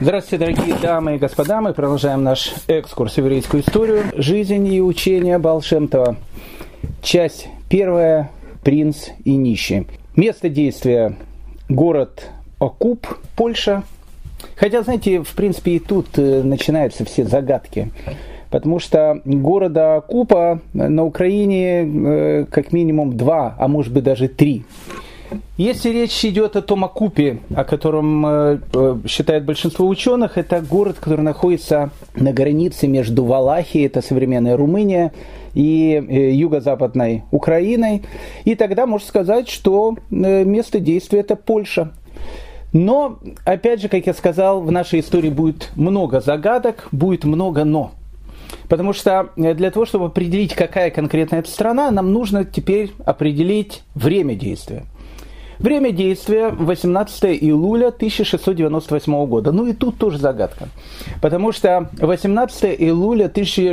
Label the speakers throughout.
Speaker 1: Здравствуйте, дорогие дамы и господа. Мы продолжаем наш экскурс в еврейскую историю. Жизнь и учение Баал Шем Това. Часть первая. Принц и нищий. Место действия – город Окуп, Польша. Хотя, знаете, в принципе, и тут начинаются все загадки. Потому что города Окупа на Украине как минимум 2, а может быть даже 3. Если речь идет о том Окупе, о котором считает большинство ученых, это город, который находится на границе между Валахией, это современная Румыния, и юго-западной Украиной. И тогда можно сказать, что место действия – это Польша. Но, опять же, как я сказал, в нашей истории будет много загадок, будет много «но». Потому что для того, чтобы определить, какая конкретная эта страна, нам нужно теперь определить время действия. Время действия 18 июля 1698 года. Ну и тут тоже загадка. Потому что 18 июля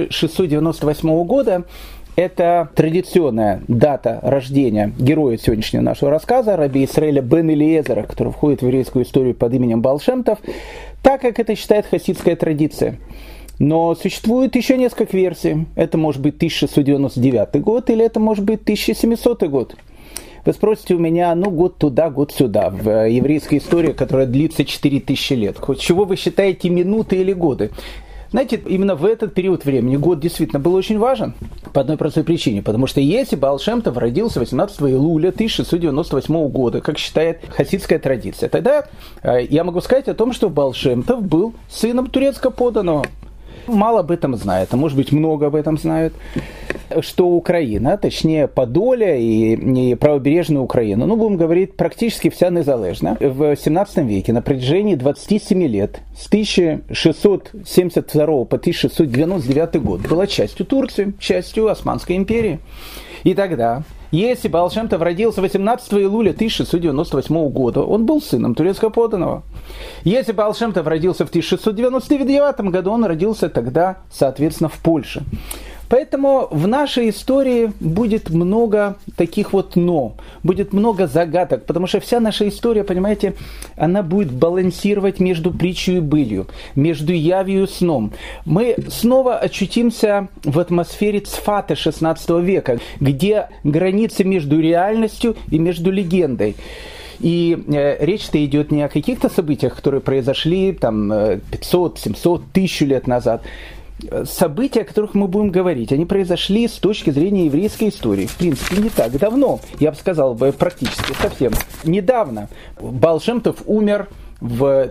Speaker 1: 1698 года это традиционная дата рождения героя сегодняшнего нашего рассказа, раби Исраэля бен Элиезера, который входит в еврейскую историю под именем Баал Шем Това, так как это считает хасидская традиция. Но существует еще несколько версий. Это может быть 1699 год или это может быть 1700 год. Вы спросите у меня, год туда, год сюда, в еврейской истории, которая длится 4000 лет. Чего вы считаете, минуты или годы? Знаете, именно в этот период времени год действительно был очень важен по одной простой причине. Потому что если Баал Шем Това родился 18 июля 1698 года, как считает хасидская традиция, тогда я могу сказать о том, что Баал Шем Това был сыном турецко-подданного. Мало об этом знает, а может быть много об этом знают, что Украина, точнее Подоле и правобережная Украина, будем говорить, практически вся незалежна. В 17 веке на протяжении 27 лет, с 1672 по 1699 год, была частью Турции, частью Османской империи. И тогда, если Баал Шем Това родился 18 июля 1698 года, он был сыном турецкого подданного. Если Баал Шем Това родился в 1699 году, он родился тогда, соответственно, в Польше. Поэтому в нашей истории будет много таких «но», будет много загадок, потому что вся наша история, понимаете, она будет балансировать между притчей и былью, между явью и сном. Мы снова очутимся в атмосфере Цфата XVI века, где границы между реальностью и между легендой. И речь-то идет не о каких-то событиях, которые произошли 500, 700, 1000 лет назад. События, о которых мы будем говорить, они произошли с точки зрения еврейской истории. В принципе, не так давно, я бы сказал, практически совсем недавно. Баал Шем Това умер в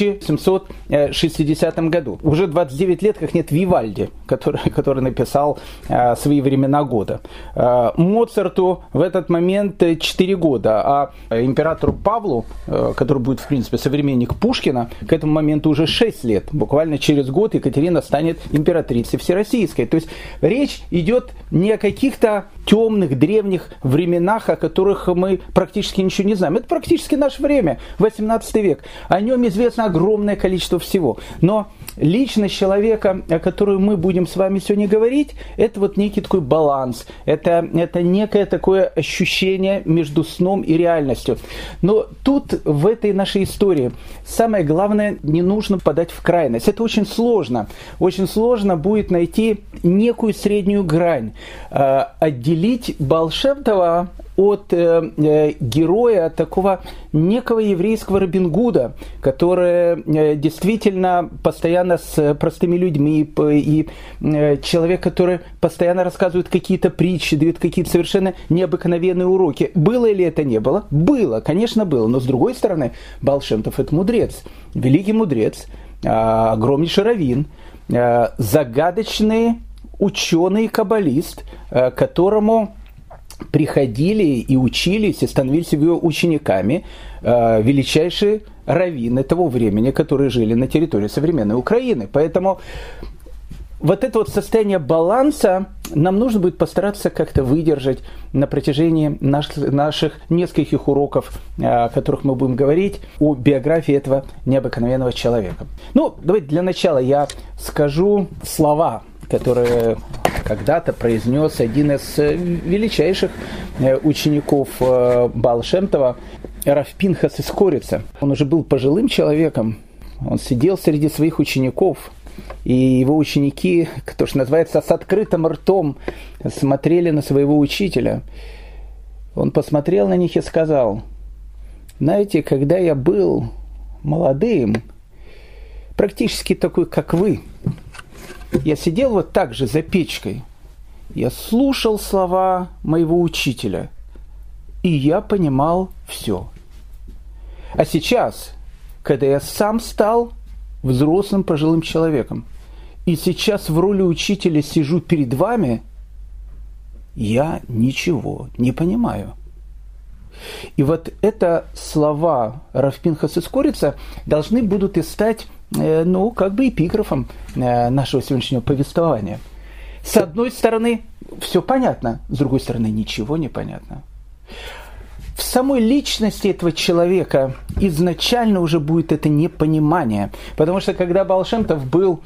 Speaker 1: 1760 году. Уже 29 лет, как нет Вивальди, который написал «Свои времена года». Моцарту в этот момент 4 года, а императору Павлу, который будет, в принципе, современник Пушкина, к этому моменту уже 6 лет. Буквально через год Екатерина станет императрицей всероссийской. То есть речь идет не о каких-то темных, древних временах, о которых мы практически ничего не знаем. Это практически наше время, 18 век. О нем известно огромное количество всего. Но личность человека, о которой мы будем с вами сегодня говорить, это некий такой баланс. Это некое такое ощущение между сном и реальностью. Но тут, в этой нашей истории, самое главное, не нужно подать в крайность. Это очень сложно. Очень сложно будет найти некую среднюю грань. Отделить Баал Шем Това от героя такого некого еврейского Робин Гуда, который действительно постоянно с простыми людьми, и человек, который постоянно рассказывает какие-то притчи, дает какие-то совершенно необыкновенные уроки. Было ли это, не было? Было, конечно, было. Но с другой стороны, Баал Шем Това – это мудрец, великий мудрец, огромнейший раввин, загадочный ученый и каббалист, которому приходили и учились, и становились его учениками величайшие раввины того времени, которые жили на территории современной Украины. Поэтому это состояние баланса нам нужно будет постараться как-то выдержать на протяжении наших нескольких уроков, о которых мы будем говорить, о биографии этого необыкновенного человека. Давайте для начала я скажу слова, которые когда-то произнес один из величайших учеников Баал Шем Това, Рав Пинхас из Корица. Он уже был пожилым человеком, он сидел среди своих учеников, и его ученики, то, что называется, с открытым ртом смотрели на своего учителя. Он посмотрел на них и сказал: знаете, когда я был молодым, практически такой, как вы, я сидел вот так же за печкой, я слушал слова моего учителя, и я понимал все. А сейчас, когда я сам стал взрослым пожилым человеком, и сейчас в роли учителя сижу перед вами, я ничего не понимаю. И вот это слова Рав Пинхас из Корица должны будут и стать, как бы эпиграфом нашего сегодняшнего повествования. С одной стороны, все понятно, с другой стороны, ничего не понятно. В самой личности этого человека изначально уже будет это непонимание. Потому что когда Баал Шем Тов был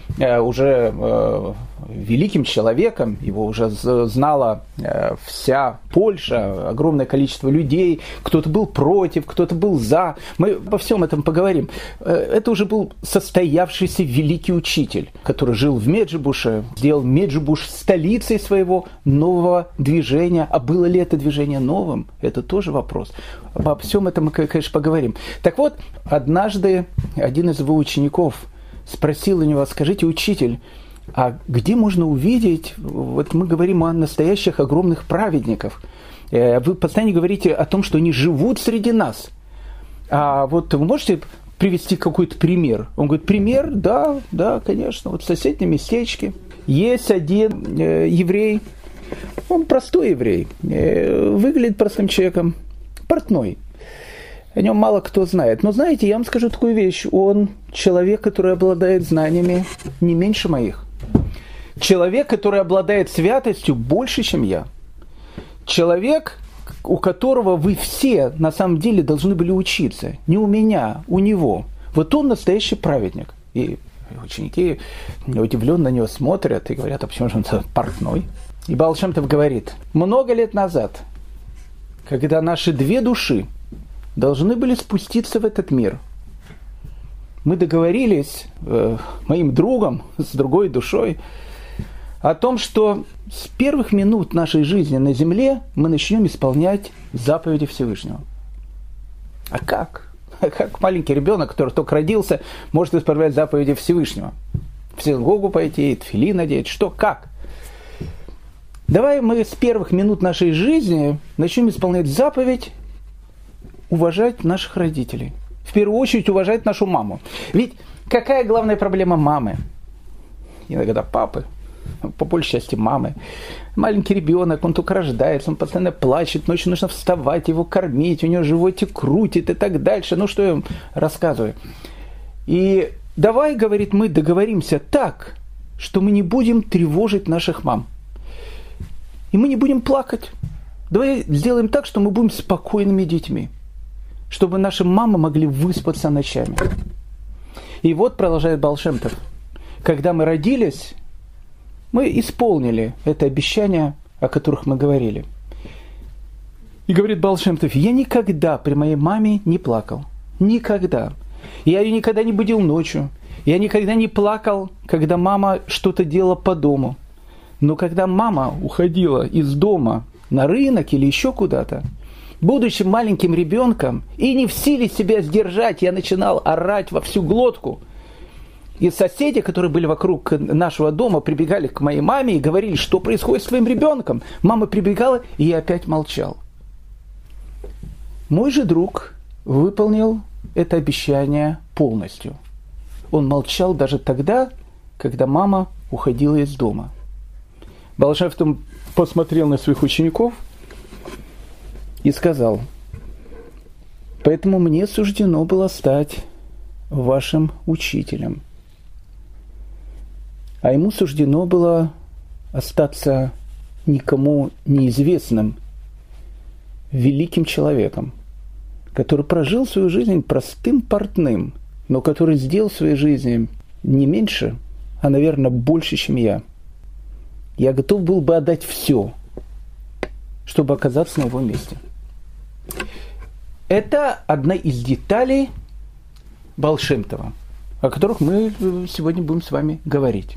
Speaker 1: уже великим человеком, его уже знала вся Польша, огромное количество людей, кто-то был против, кто-то был за. Мы обо всем этом поговорим. Это уже был состоявшийся великий учитель, который жил в Меджибуше, сделал Меджибуш столицей своего нового движения. А было ли это движение новым? Это тоже вопрос. Обо всем этом мы, конечно, поговорим. Так вот, однажды один из его учеников спросил у него: скажите, учитель, а где можно увидеть, вот мы говорим о настоящих огромных праведниках, вы постоянно говорите о том, что они живут среди нас, а вот вы можете привести какой-то пример? Он говорит: пример? Да, конечно, вот в соседнем местечке есть один еврей, он простой еврей, выглядит простым человеком, портной. О нем мало кто знает. Но знаете, я вам скажу такую вещь. Он человек, который обладает знаниями не меньше моих. Человек, который обладает святостью больше, чем я. Человек, у которого вы все на самом деле должны были учиться. Не у меня, у него. Вот он настоящий праведник. И ученики удивленно на него смотрят и говорят: а почему же он портной? И Баал Шем Тов говорит: много лет назад, когда наши две души должны были спуститься в этот мир, мы договорились моим другом с другой душой о том, что с первых минут нашей жизни на земле мы начнем исполнять заповеди Всевышнего. А как? Как маленький ребенок, который только родился, может исполнять заповеди Всевышнего? В синагогу пойти, тфилин надеть, что, как? Давай мы с первых минут нашей жизни начнем исполнять заповедь уважать наших родителей. В первую очередь уважать нашу маму. Ведь какая главная проблема мамы? Иногда папы, по большей части мамы. Маленький ребенок, он только рождается, он постоянно плачет, ночью нужно вставать, его кормить, у него животик крутит и так дальше. Ну, что я вам рассказываю. И давай, говорит, мы договоримся так, что мы не будем тревожить наших мам. И мы не будем плакать. Давай сделаем так, что мы будем спокойными детьми, чтобы наши мамы могли выспаться ночами. И вот, продолжает Баал Шем Тов, когда мы родились, мы исполнили это обещание, о которых мы говорили. И говорит Баал Шем Тов: я никогда при моей маме не плакал. Никогда. Я ее никогда не будил ночью. Я никогда не плакал, когда мама что-то делала по дому. Но когда мама уходила из дома на рынок или еще куда-то, будучи маленьким ребенком и не в силе себя сдержать, я начинал орать во всю глотку. И соседи, которые были вокруг нашего дома, прибегали к моей маме и говорили: что происходит с твоим ребенком? Мама прибегала, и я опять молчал. Мой же друг выполнил это обещание полностью. Он молчал даже тогда, когда мама уходила из дома. Баал Шем Тов посмотрел на своих учеников и сказал: поэтому мне суждено было стать вашим учителем. А ему суждено было остаться никому неизвестным великим человеком, который прожил свою жизнь простым портным, но который сделал в своей жизни не меньше, а, наверное, больше, чем я. Я готов был бы отдать все, чтобы оказаться на его месте. Это одна из деталей Баал Шем Това. о которых мы сегодня будем с вами говорить.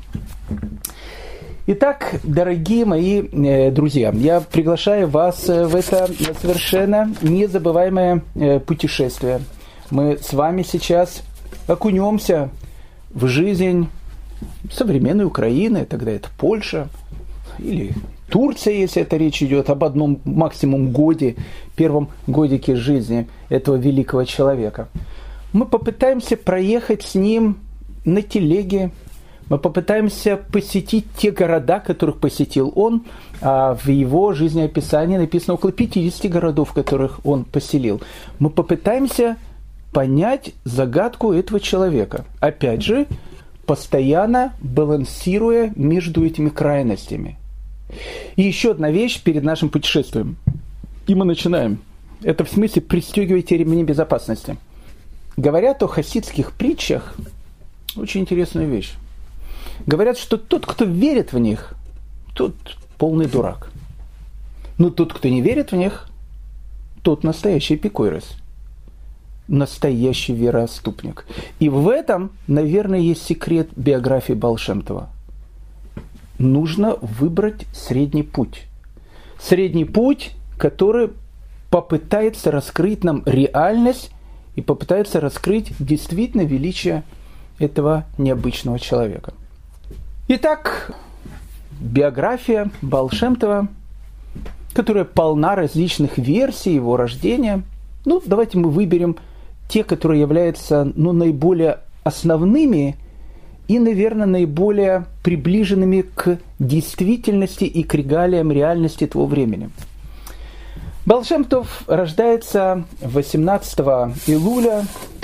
Speaker 1: Итак, дорогие мои друзья, я приглашаю вас в это совершенно незабываемое путешествие. Мы с вами сейчас окунемся в жизнь современной Украины, тогда это Польша, или Турция, если это речь идет об одном максимум годе, первом годике жизни этого великого человека. Мы попытаемся проехать с ним на телеге, мы попытаемся посетить те города, которых посетил он, а в его жизнеописании написано около 50 городов, которых он поселил. Мы попытаемся понять загадку этого человека. Опять же, постоянно балансируя между этими крайностями. И еще одна вещь перед нашим путешествием. И мы начинаем. Это в смысле пристегивайте ремни безопасности. Говорят о хасидских притчах очень интересную вещь. Говорят, что тот, кто верит в них, тот полный дурак. Но тот, кто не верит в них, тот настоящий эпикурос. Настоящий вероотступник. И в этом, наверное, есть секрет биографии Баал Шем Това. Нужно выбрать средний путь. Средний путь, который попытается раскрыть нам реальность и попытается раскрыть действительно величие этого необычного человека. Итак, биография Баал Шем Това, которая полна различных версий его рождения. Давайте мы выберем те, которые являются наиболее основными и, наверное, наиболее приближенными к действительности и к регалиям реальности того времени. Баал Шем Тов рождается 18 июля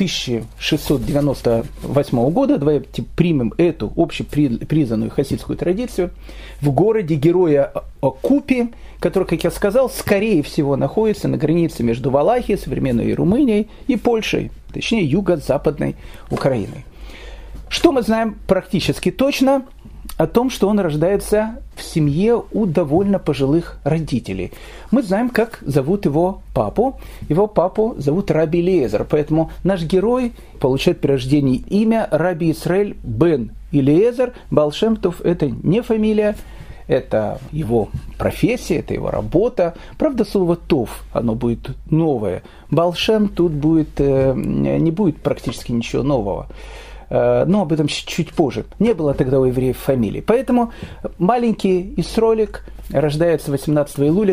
Speaker 1: 1698 года, давайте примем эту общепризнанную хасидскую традицию, в городе-герое Акупи, который, как я сказал, скорее всего находится на границе между Валахией, современной Румынией, и Польшей, точнее юго-западной Украиной. Что мы знаем практически точно? О том, что он рождается в семье у довольно пожилых родителей. Мы знаем, как зовут его папу. Его папу зовут Раби Элиэзер. Поэтому наш герой получает при рождении имя Раби Исраэль бен Элиэзер. Баал Шем Тов – это не фамилия, это его профессия, это его работа. Правда, слово «тов» оно будет новое. Баал Шем тут не будет практически ничего нового. Но об этом чуть позже. Не было тогда у евреев фамилии. Поэтому маленький Исролик рождается 18 июля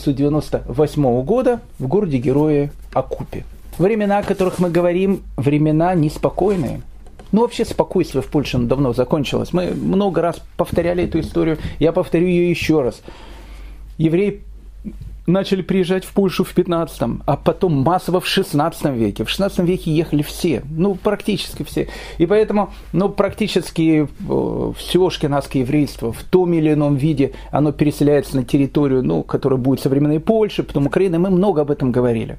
Speaker 1: 1698 года в городе-герое Акупе. Времена, о которых мы говорим, времена неспокойные. Вообще спокойствие в Польше давно закончилось. Мы много раз повторяли эту историю. Я повторю ее еще раз. Евреи начали приезжать в Польшу в 15-м, а потом массово в 16 веке. В 16 веке ехали все, практически все. И поэтому, практически все ашкеназское еврейство в том или ином виде, оно переселяется на территорию, которая будет современной Польши, потом Украины. Мы много об этом говорили.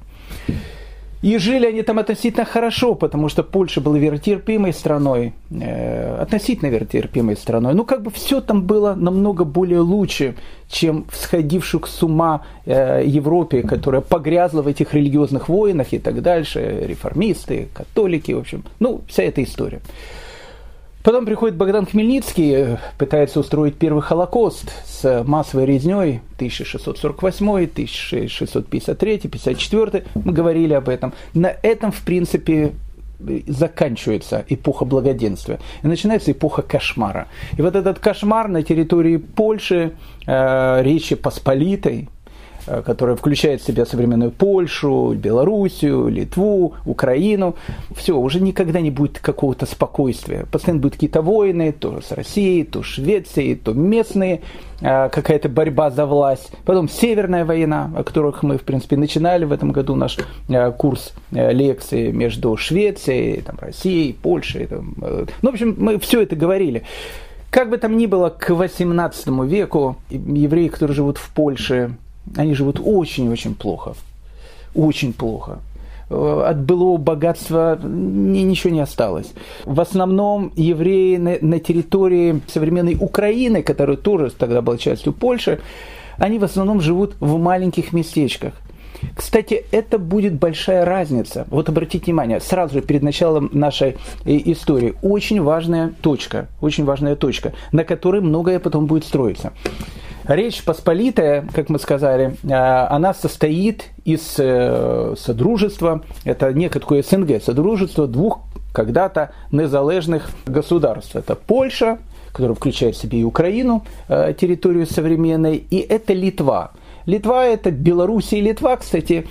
Speaker 1: И жили они там относительно хорошо, потому что Польша была веротерпимой страной, относительно веротерпимой страной. Все там было намного более лучше, чем всходившую с ума Европе, которая погрязла в этих религиозных войнах и так дальше, реформисты, католики, в общем, вся эта история. Потом приходит Богдан Хмельницкий, пытается устроить первый Холокост с массовой резней 1648, 1653, 1654. Мы говорили об этом. На этом, в принципе, заканчивается эпоха благоденствия. И начинается эпоха кошмара. И вот этот кошмар на территории Польши, Речи Посполитой, которая включает в себя современную Польшу, Белоруссию, Литву, Украину. Все, уже никогда не будет какого-то спокойствия. Постоянно будут какие-то войны, то с Россией, то с Швецией, то местные, какая-то борьба за власть. Потом Северная война, о которых мы, в принципе, начинали в этом году наш курс лекций между Швецией, Россией, Польшей. В общем, мы все это говорили. Как бы там ни было, к XVIII веку евреи, которые живут в Польше, они живут очень-очень плохо. Очень плохо. От былого богатства ничего не осталось. В основном евреи на территории современной Украины, которая тоже тогда была частью Польши, они в основном живут в маленьких местечках. Кстати, это будет большая разница. Вот обратите внимание, сразу же перед началом нашей истории, очень важная точка, на которой многое потом будет строиться. Речь Посполитая, как мы сказали, она состоит из содружества, это некое такое СНГ, содружество двух когда-то незалежных государств. Это Польша, которая включает в себя и Украину, территорию современной, и это Литва. Литва – это Белоруссия и Литва, кстати,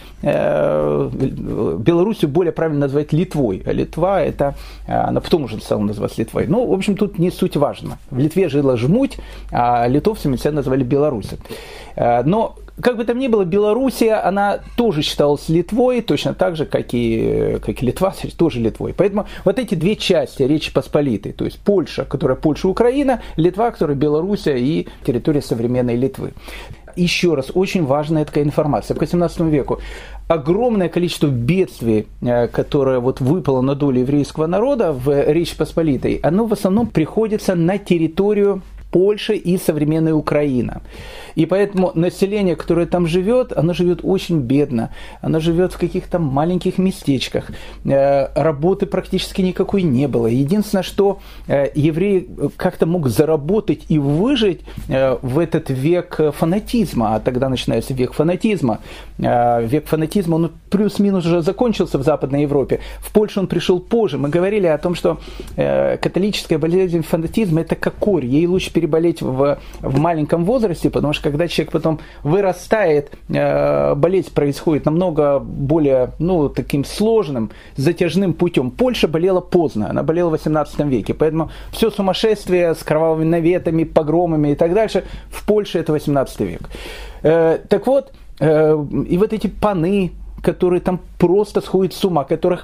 Speaker 1: Белоруссию более правильно назвать Литвой, а Литва – это, она потом уже стала называться Литвой. Ну, в общем, тут не суть важно. В Литве жила жмуть, а литовцами себя назвали белорусы. Но, как бы там ни было, Белоруссия, она тоже считалась Литвой, точно так же, как и Литва, тоже Литвой. Поэтому вот эти две части Речи Посполитой, то есть Польша, которая Польша и Украина, Литва, которая Белоруссия и территория современной Литвы. Еще раз, очень важная такая информация. К XVIII веку огромное количество бедствий, которое вот выпало на долю еврейского народа в Речи Посполитой, оно в основном приходится на территорию Польши и современная Украина. И поэтому население, которое там живет, оно живет очень бедно. Оно живет в каких-то маленьких местечках. Работы практически никакой не было. Единственное, что еврей как-то мог заработать и выжить в этот век фанатизма. А тогда начинается век фанатизма. Век фанатизма, он плюс-минус уже закончился в Западной Европе. В Польшу он пришел позже. Мы говорили о том, что католическая болезнь фанатизма – это как корь. Ей лучше переболеть в маленьком возрасте, потому что когда человек потом вырастает, болезнь происходит намного более, таким сложным, затяжным путем. Польша болела поздно, она болела в XVIII веке, поэтому все сумасшествие с кровавыми наветами, погромами и так дальше в Польше это XVIII век. Так вот, и вот эти паны, которые там просто сходят с ума, которых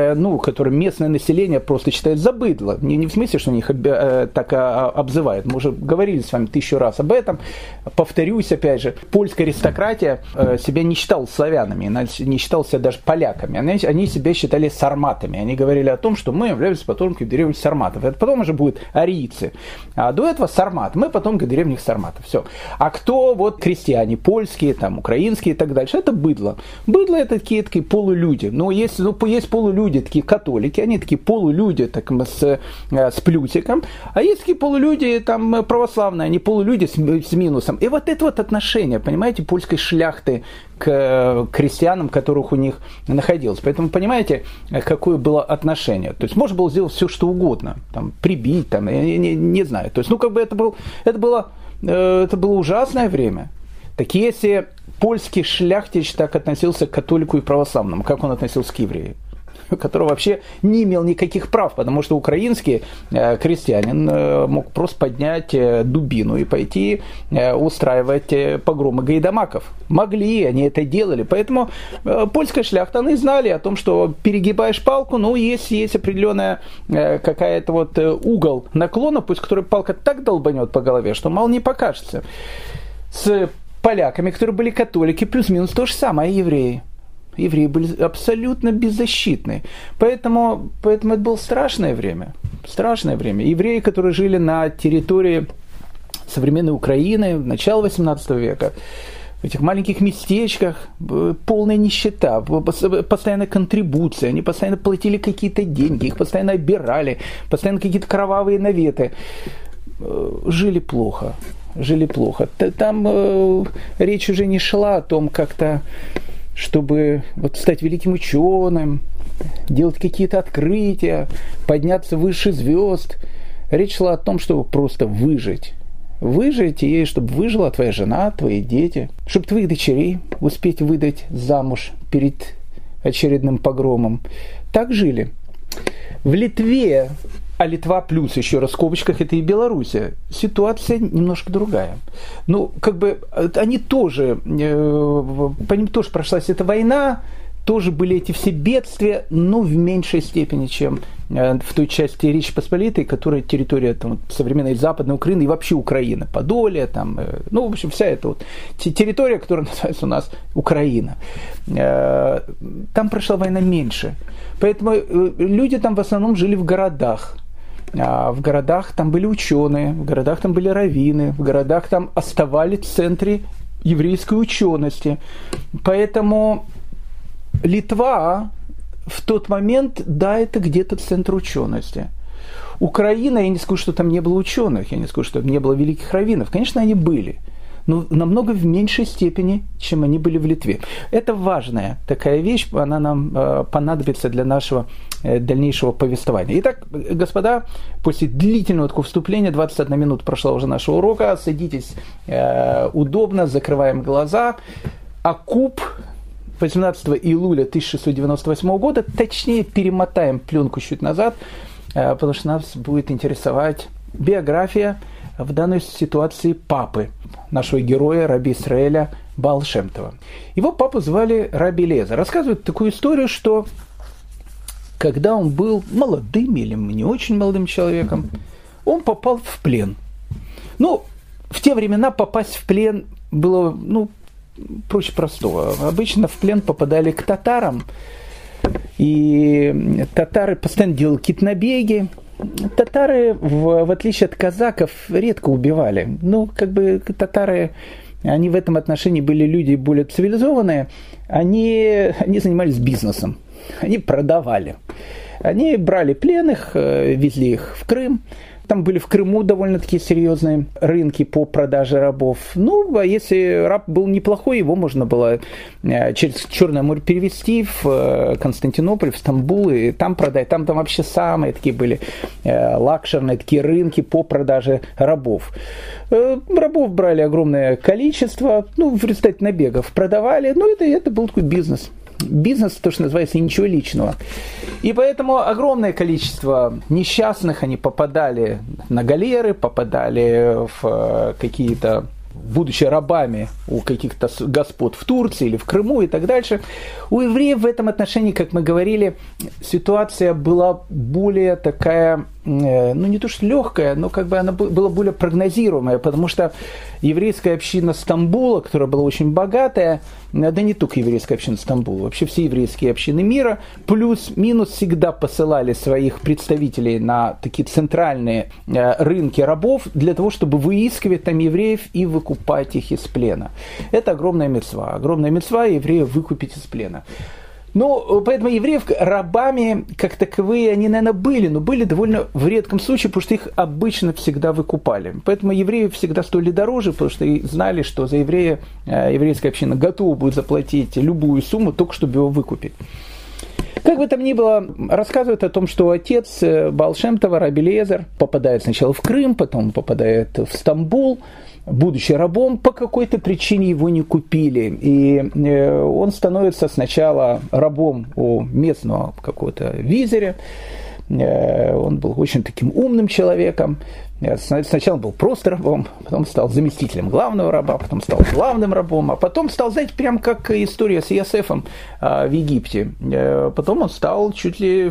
Speaker 1: местное население просто считает за быдло. Не в смысле, что они их так обзывают. Мы уже говорили с вами 1000 раз об этом. Повторюсь, опять же, польская аристократия себя не считала славянами, она не считала себя даже поляками. Они себя считали сарматами. Они говорили о том, что мы являемся потомками древних сарматов. Это потом уже будут арийцы. А до этого сармат. Мы потомки древних сарматов. Все. А кто вот крестьяне польские, там, украинские и так дальше? Это быдло. Быдло это такие полулюди. Есть полулюди, такие католики, они такие полулюди так, с плюсиком, а есть такие полулюди там, православные, они полулюди с минусом. И вот это вот отношение, понимаете, польской шляхты к крестьянам, которых у них находилось. Поэтому понимаете, какое было отношение. То есть можно было сделать все, что угодно. Там, прибить, там, я не знаю. То есть, это было ужасное время. Так если польский шляхтич так относился к католику и православному, как он относился к еврею, который вообще не имел никаких прав, потому что украинский крестьянин мог просто поднять дубину и пойти устраивать погромы гайдамаков. Могли, они это делали. Поэтому польская шляхта, они знали о том, что перегибаешь палку, есть определенная какая-то вот угол наклона, пусть который палка так долбанет по голове, что мало не покажется. С поляками, которые были католики, плюс-минус то же самое, евреи. Евреи были абсолютно беззащитны. Поэтому это было страшное время. Страшное время. Евреи, которые жили на территории современной Украины, начала XVIII века, в этих маленьких местечках, полная нищета, постоянная контрибуция, они постоянно платили какие-то деньги, их постоянно обирали, постоянно какие-то кровавые наветы. Жили плохо. Там речь уже не шла о том, как-то, чтобы стать великим ученым, делать какие-то открытия, подняться выше звезд. Речь шла о том, чтобы просто выжить. Выжить, и чтобы выжила твоя жена, твои дети. Чтобы твоих дочерей успеть выдать замуж перед очередным погромом. Так жили. В Литве, а Литва плюс, еще раз в скобочках, это и Белоруссия, ситуация немножко другая. Они тоже, по ним тоже прошлась эта война, тоже были эти все бедствия, но в меньшей степени, чем в той части Речи Посполитой, которая территория современной Западной Украины и вообще Украина, Подолье, в общем, вся эта территория, которая называется у нас Украина. Там прошла война меньше. Поэтому люди там в основном жили в городах. В городах там были ученые, в городах там были раввины, в городах там оставались в центре еврейской учености. Поэтому Литва в тот момент, да, это где-то центр учености. Украина, я не скажу, что там не было ученых, я не скажу, что там не было великих раввинов. Конечно, они были, но намного в меньшей степени, чем они были в Литве. Это важная такая вещь, она нам понадобится для нашего дальнейшего повествования. Итак, господа, после длительного такого вступления, 21 минута прошла уже нашего урока, садитесь удобно, закрываем глаза. Акуб 18 июля 1698 года, точнее перемотаем пленку чуть назад, потому что нас будет интересовать биография в данной ситуации папы, нашего героя Раби Исраэля Баал Шем Това. Его папу звали Раби Элиэзер. Рассказывают такую историю, что когда он был молодым или не очень молодым человеком, он попал в плен. Ну, в те времена попасть в плен было, проще простого. Обычно в плен попадали к татарам, и татары постоянно делали какие-то набеги. Татары, в отличие от казаков, редко убивали. Татары, они в этом отношении были люди более цивилизованные. Они занимались бизнесом. Они продавали. Они брали пленных, везли их в Крым. Там были в Крыму довольно-таки серьезные рынки по продаже рабов. А если раб был неплохой, его можно было через Черное море перевезти в Константинополь, в Стамбул, и там продать. Там вообще самые такие были лакшерные такие рынки по продаже рабов. Рабов брали огромное количество, в результате набегов продавали. Это был такой бизнес. Бизнес, то, что называется, ничего личного. И поэтому огромное количество несчастных, они попадали на галеры, попадали в какие-то, будучи рабами у каких-то господ в Турции или в Крыму и так дальше. У евреев в этом отношении, как мы говорили, ситуация была более такая, не то что легкая, но она была более прогнозируемая, потому что еврейская община Стамбула, которая была очень богатая, да не только еврейская община Стамбула, вообще все еврейские общины мира, плюс-минус всегда посылали своих представителей на такие центральные рынки рабов для того, чтобы выискивать там евреев и выкупать их из плена. Это огромная мицва. Огромная мицва евреев выкупить из плена. Поэтому евреев рабами, как таковые, они, наверное, были, но были довольно в редком случае, потому что их обычно всегда выкупали. Поэтому евреи всегда стоили дороже, потому что знали, что за еврея еврейская община готова будет заплатить любую сумму, только чтобы его выкупить. Как бы там ни было, рассказывают о том, что отец Баал Шем Това, Раби Элиэзер, попадает сначала в Крым, потом попадает в Стамбул, будучи рабом, по какой-то причине его не купили. И он становится сначала рабом у местного какого-то визиря. Он был очень таким умным человеком. Сначала он был просто рабом, потом стал заместителем главного раба, потом стал главным рабом, а потом стал, знаете, прям как история с Иосифом в Египте. Потом он стал чуть ли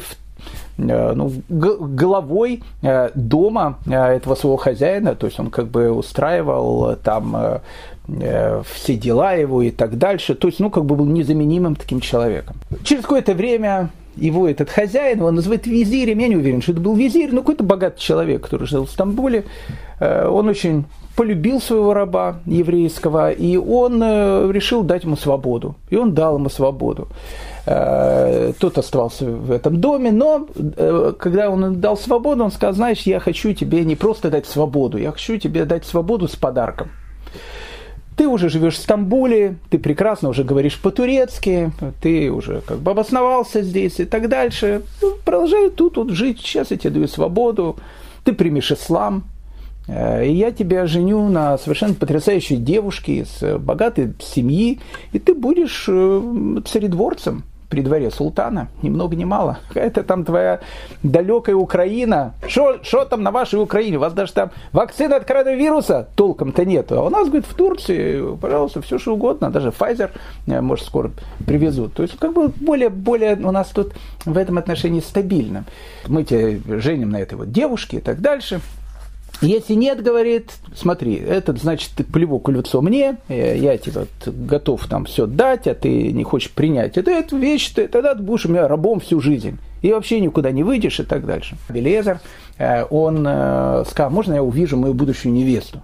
Speaker 1: главой дома этого своего хозяина, то есть он устраивал там все дела его и так дальше, то есть был незаменимым таким человеком. Через какое-то время его этот хозяин, его называют визирем, я не уверен, что это был визирь, но какой-то богатый человек, который жил в Стамбуле, он очень полюбил своего раба еврейского, и он решил дать ему свободу, и он дал ему свободу. Тот оставался в этом доме, но когда он дал свободу, он сказал: знаешь, я хочу тебе не просто дать свободу, я хочу тебе дать свободу с подарком. Ты уже живешь в Стамбуле, ты прекрасно уже говоришь по-турецки, ты уже обосновался здесь и так дальше. Продолжай тут жить, сейчас я тебе даю свободу, ты примешь ислам, и я тебя женю на совершенно потрясающей девушке из богатой семьи, и ты будешь царедворцем при дворе султана, ни много ни мало. Это там твоя далекая Украина. Что там на вашей Украине? У вас даже там вакцины от коронавируса толком-то нету. А у нас, говорит, в Турции, пожалуйста, все что угодно. Даже Pfizer, может, скоро привезут. То есть, более у нас тут в этом отношении стабильно. Мы тебя женим на этой девушке и так дальше. Если нет, говорит, смотри, этот, значит, ты плевок в лицо мне, я тебе готов там все дать, а ты не хочешь принять эту вещь, тогда ты будешь у меня рабом всю жизнь. И вообще никуда не выйдешь и так дальше. Элиэзер, он сказал: можно я увижу мою будущую невесту?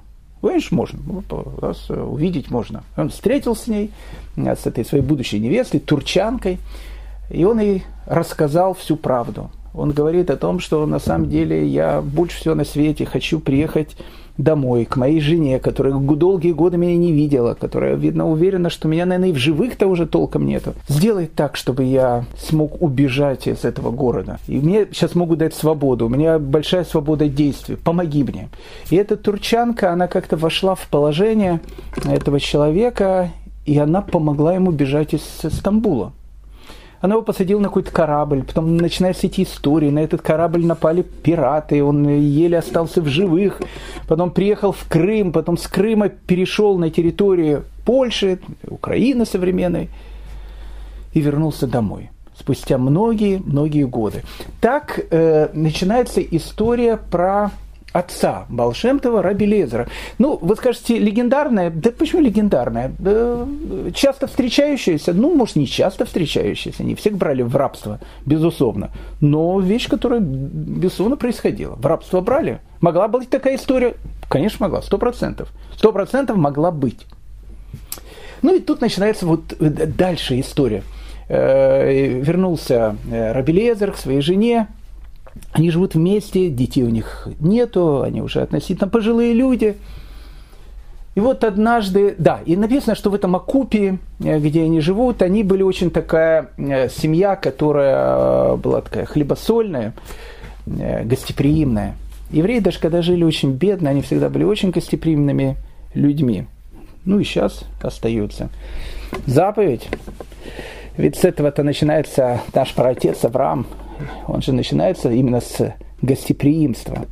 Speaker 1: Видишь, можно, вас увидеть можно. Он встретил с ней, с этой своей будущей невестой, турчанкой, и он ей рассказал всю правду. Он говорит о том, что на самом деле я больше всего на свете хочу приехать домой, к моей жене, которая долгие годы меня не видела, которая, видно, уверена, что меня, наверное, и в живых-то уже толком нету. Сделай так, чтобы я смог убежать из этого города. И мне сейчас могут дать свободу, у меня большая свобода действий, помоги мне. И эта турчанка, она как-то вошла в положение этого человека, и она помогла ему бежать из Стамбула. Она его посадила на какой-то корабль, потом начинаются эти истории, на этот корабль напали пираты, он еле остался в живых, потом приехал в Крым, потом с Крыма перешел на территорию Польши, Украины современной, и вернулся домой спустя многие годы. Так начинается история про отца Баал Шем Това, Раби Элиэзера. Ну, вы скажете, легендарная? Да почему легендарная? Часто встречающаяся? Ну, может, не часто встречающаяся. Не всех брали в рабство, безусловно. Но вещь, которая, безусловно, происходила. В рабство брали. Могла быть такая история? Конечно, могла. 100%. 100% могла быть. Ну, и тут начинается вот дальше история. Вернулся Раби Элиэзер к своей жене. Они живут вместе, детей у них нету, они уже относительно пожилые люди. И вот однажды, да, и написано, что в этом оккупе, где они живут, они были очень такая семья, которая была такая хлебосольная, гостеприимная. Евреи даже когда жили очень бедно, они всегда были очень гостеприимными людьми. Ну и сейчас остаются. Заповедь. Ведь с этого-то начинается наш праотец Авраам. Он же начинается именно с гостеприимства.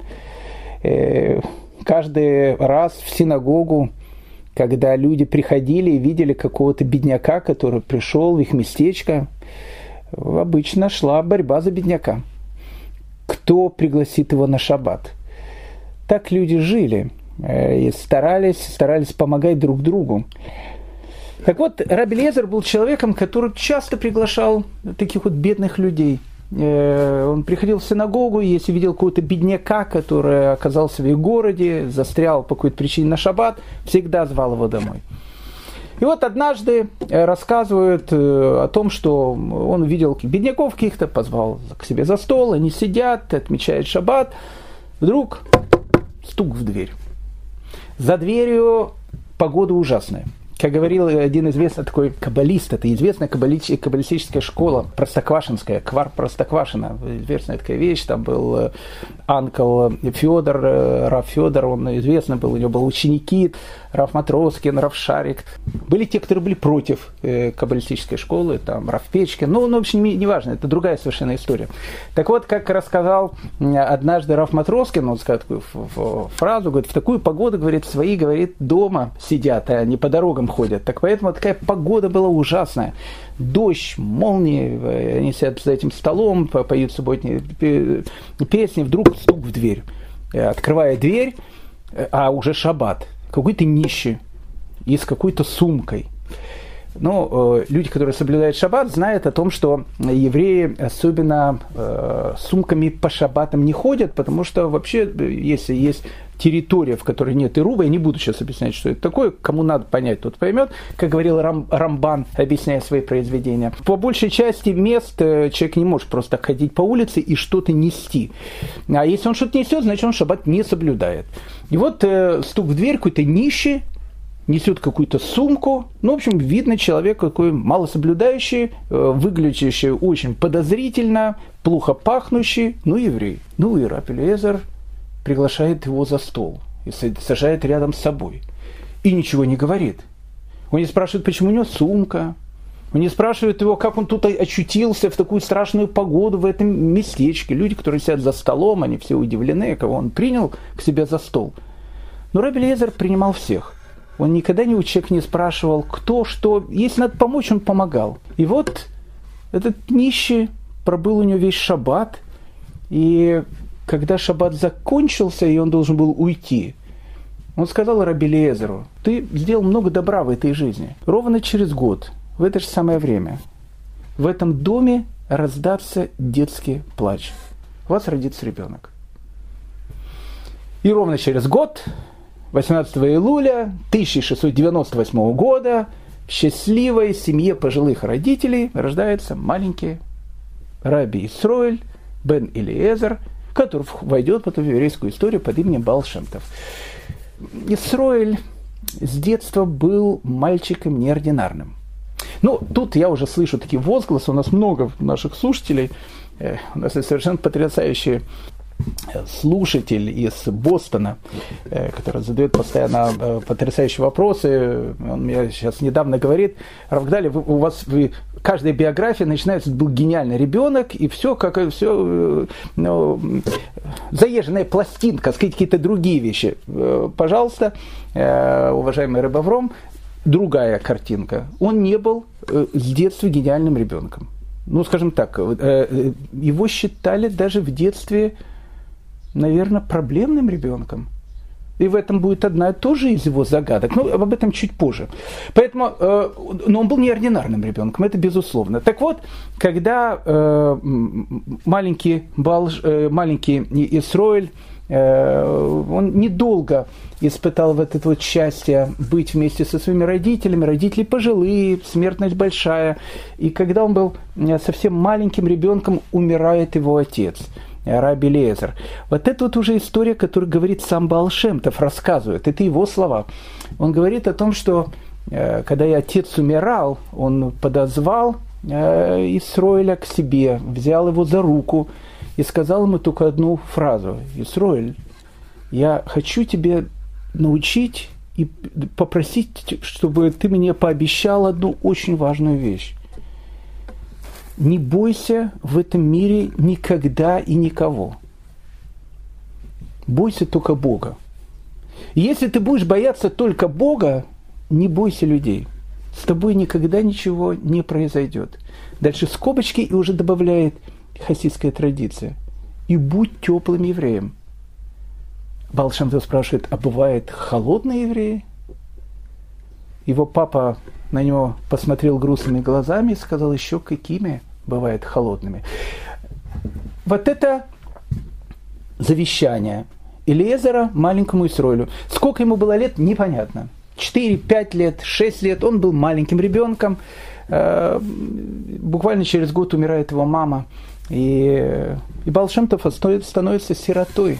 Speaker 1: Каждый раз в синагогу, когда люди приходили и видели какого-то бедняка, который пришел в их местечко, обычно шла борьба за бедняка. Кто пригласит его на шаббат? Так люди жили и старались помогать друг другу. Так вот, Раби Элиэзер был человеком, который часто приглашал таких вот бедных людей. Он приходил в синагогу, если видел какого-то бедняка, который оказался в их городе, застрял по какой-то причине на шаббат, всегда звал его домой. И вот однажды рассказывают о том, что он увидел бедняков каких-то, позвал к себе за стол, они сидят, отмечают шаббат. Вдруг стук в дверь. За дверью погода ужасная. Как говорил один известный такой каббалист, это известная каббалистическая школа, Простоквашинская, Квар Простоквашина, известная такая вещь, там был Анкл Федор, Рав Федор, он известный был, у него были ученики, Рав Матроскин, Рав Шарик. Были те, которые были против каббалистической школы, там Рав Печкин, ну, в общем, неважно, это другая совершенно история. Так вот, как рассказал однажды Рав Матроскин, он сказал такую фразу, говорит, в такую погоду, говорит, свои, говорит, дома сидят, а не по дорогам ходят. Так поэтому такая погода была ужасная. Дождь, молнии, они сидят за этим столом, поют субботние песни, вдруг стук в дверь. Открывая дверь, а уже шаббат. Какой-то нищий и с какой-то сумкой. Но люди, которые соблюдают шаббат, знают о том, что евреи особенно сумками по шаббатам не ходят, потому что вообще, если есть территория, в которой нет ирува, я не буду сейчас объяснять, что это такое, кому надо понять, тот поймет, как говорил Рамбан, объясняя свои произведения. По большей части мест человек не может просто ходить по улице и что-то нести. А если он что-то несет, значит он шаббат не соблюдает. И вот стук в дверь, какой-то нищий, несет какую-то сумку. Ну, в общем, видно человек какой малособлюдающий, выглядящий очень подозрительно, плохо пахнущий, ну, еврей. Ну, и Раби Элиэзер приглашает его за стол и сажает рядом с собой. И ничего не говорит. Он не спрашивает, почему у него сумка. Он не спрашивает его, как он тут очутился в такую страшную погоду в этом местечке. Люди, которые сидят за столом, они все удивлены, кого он принял к себе за стол. Но Раби Элиэзер принимал всех. Он никогда ни у человека не спрашивал, кто, что. Если надо помочь, он помогал. И вот этот нищий пробыл у него весь шаббат. И когда шаббат закончился, и он должен был уйти, он сказал Раби Элиэзеру, ты сделал много добра в этой жизни. Ровно через год, в это же самое время, в этом доме раздастся детский плач. У вас родится ребенок. И ровно через год 18 июля 1698 года в счастливой семье пожилых родителей рождается маленький Раби Исроэль бен Элиэзер, который войдет потом в еврейскую историю под именем Баал шем тов. Исроэль с детства был мальчиком неординарным. Ну, тут я уже слышу такие возгласы, у нас много наших слушателей, у нас есть совершенно потрясающий слушатель из Бостона, который задает постоянно потрясающие вопросы. Он мне сейчас недавно говорит: Равгдали, у вас каждая биография начинается, был гениальный ребенок, и все, как все, заезженная пластинка, сказать какие-то другие вещи. Пожалуйста, уважаемый Ребе Авром, другая картинка. Он не был с детства гениальным ребенком. Ну, скажем так, его считали даже в детстве, наверное, проблемным ребенком. И в этом будет одна тоже из его загадок. Но об этом чуть позже. Поэтому, но он был неординарным ребенком, это безусловно. Так вот, когда маленький Исроэль, он недолго испытал вот это вот счастье быть вместе со своими родителями. Родители пожилые, смертность большая. И когда он был совсем маленьким ребенком, умирает его отец, Раби Элиэзер. Вот это вот уже история, которую говорит сам Баал шем тов, рассказывает. Это его слова. Он говорит о том, что когда и отец умирал, он подозвал Исроэля к себе, взял его за руку и сказал ему только одну фразу: Исроэль, я хочу тебе научить и попросить, чтобы ты мне пообещал одну очень важную вещь. Не бойся в этом мире никогда и никого. Бойся только Бога. Если ты будешь бояться только Бога, не бойся людей. С тобой никогда ничего не произойдет. Дальше скобочки и уже добавляет хасидская традиция. И будь теплым евреем. Баал шем тов спрашивает: а бывают холодные евреи? Его папа на него посмотрел грустными глазами и сказал: еще какими бывают холодными. Вот это завещание Элиэзера маленькому Исроэлю. Сколько ему было лет, непонятно. 4, 5 лет, 6 лет. Он был маленьким ребенком. Буквально через год умирает его мама. И Баал шем тов становится сиротой.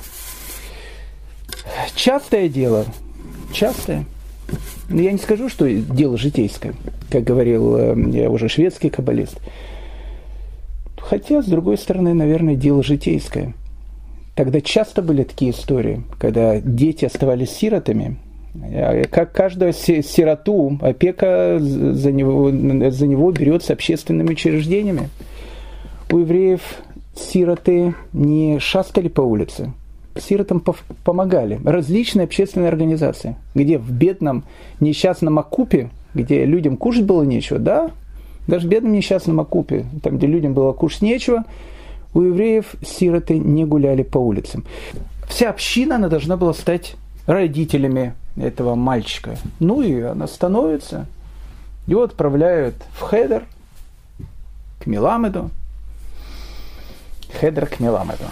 Speaker 1: Частое дело. Частое. Но я не скажу, что дело житейское, как говорил уже шведский каббалист. Хотя, с другой стороны, наверное, дело житейское. Тогда часто были такие истории, когда дети оставались сиротами. Как каждую сироту, опека за него берется общественными учреждениями. У евреев сироты не шастали по улице. Сиротам помогали различные общественные организации, где в бедном несчастном оккупе, где людям кушать было нечего, да, даже в бедном несчастном оккупе, там, где людям было кушать нечего, у евреев сироты не гуляли по улицам. Вся община, она должна была стать родителями этого мальчика. Ну и она становится. Его отправляют в хедер к Меламеду. Хедер к Меламеду.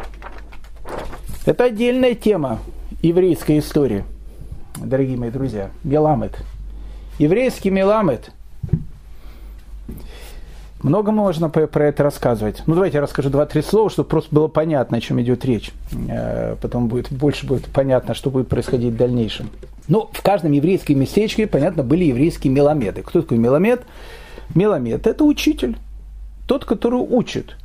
Speaker 1: Это отдельная тема еврейской истории, дорогие мои друзья. Меламед. Еврейский Меламед. Много можно про это рассказывать. Ну, давайте я расскажу 2-3 слова, чтобы просто было понятно, о чем идет речь. Потом больше будет понятно, что будет происходить в дальнейшем. Ну, в каждом еврейском местечке, понятно, были еврейские меламеды. Кто такой меламед? Меламед – это учитель. Тот, который учит.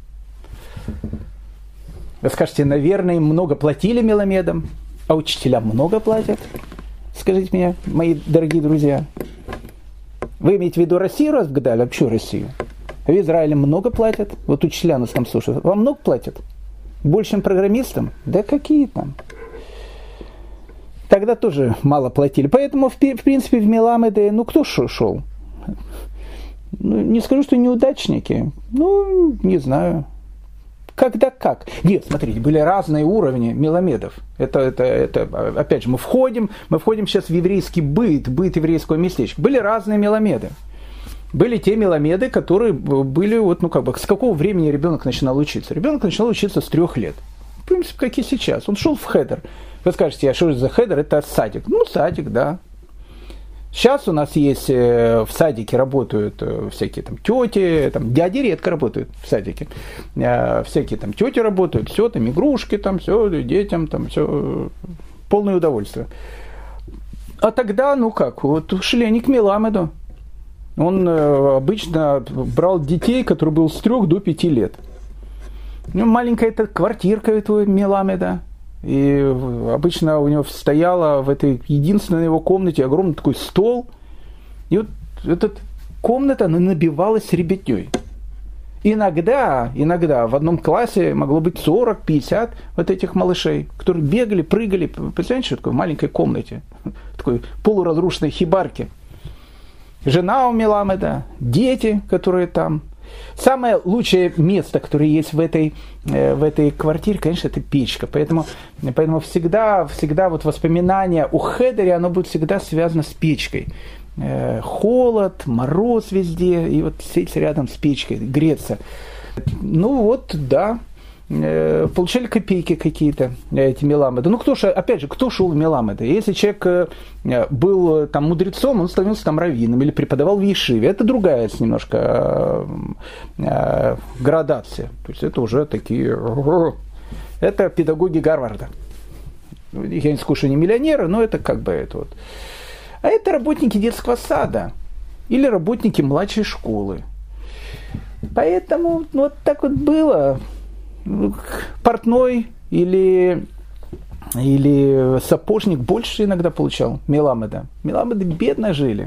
Speaker 1: Вы скажете, наверное, им много платили меламедам, а учителям много платят? Скажите мне, мои дорогие друзья. Вы имеете в виду Россию, Равгдали? А почему Россию? В Израиле много платят? Вот учителя нас там слушают. Вам много платят? Больше, чем программистам? Да какие там? Тогда тоже мало платили. Поэтому, в принципе, в Меламеды, ну, кто шел? Ну, не скажу, что неудачники. Ну, не знаю. Когда как? Нет, смотрите, были разные уровни меламедов. Это опять же, мы входим сейчас в еврейский быт еврейского местечка. Были разные меламеды. Были те меламеды, которые были, вот, ну, как бы, с какого времени ребенок начинал учиться? Ребенок начинал учиться с 3 лет. В принципе, как и сейчас. Он шел в хедер. Вы скажете, а что же за хедер? Это садик. Ну, садик, да. Сейчас у нас есть в садике работают всякие там тети, там дяди редко работают в садике. Всякие там тети работают, все, там игрушки, там все, детям, там все, полное удовольствие. А тогда, ну как, вот Шленик Меламеду, он обычно брал детей, которые был с 3 до 5 лет. Ну, маленькая эта квартирка этого Меламеда. И обычно у него стояла в этой единственной его комнате огромный такой стол. И вот эта комната, она набивалась ребятней. Иногда в одном классе могло быть 40-50 вот этих малышей, которые бегали, прыгали. Представляете, что такое в маленькой комнате, в такой полуразрушенной хибарке. Жена у Меламеда, дети, которые там. Самое лучшее место, которое есть в этой квартире, конечно, это печка. Поэтому всегда вот воспоминание о хедере, оно будет всегда связано с печкой. Холод, мороз везде, и вот сидеть рядом с печкой, греться. Ну вот, да, получали копейки какие-то эти Меламеды. Ну, кто шел в Меламеды? Если человек был там мудрецом, он становился там раввином или преподавал в Ешиве. Это другая немножко градация. То есть это уже такие... Это педагоги Гарварда. Я не скажу, что они миллионеры, но это как бы это вот. А это работники детского сада или работники младшей школы. Поэтому вот так вот было. Портной или сапожник больше иногда получал Меламеда. Меламеды бедно жили.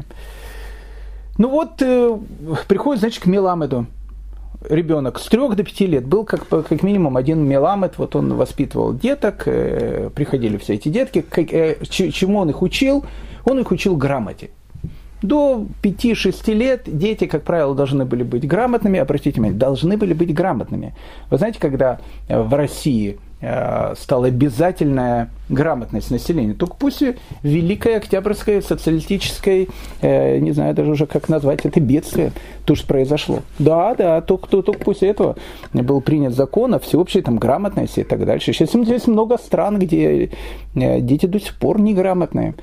Speaker 1: Ну вот, приходит, значит, к Меламеду ребенок с 3 до 5 лет. Был как минимум один Меламед, вот он воспитывал деток, приходили все эти детки. Чему он их учил? Он их учил грамоте. До 5-6 лет дети, как правило, должны были быть грамотными. Обратите внимание, должны были быть грамотными. Вы знаете, когда в России стала обязательная грамотность населения, только после Великой Октябрьской социалистической, не знаю даже уже как назвать, это бедствие, то, что произошло. Да, только после этого был принят закон о всеобщей там грамотности и так дальше. Сейчас есть много стран, где дети до сих пор неграмотные.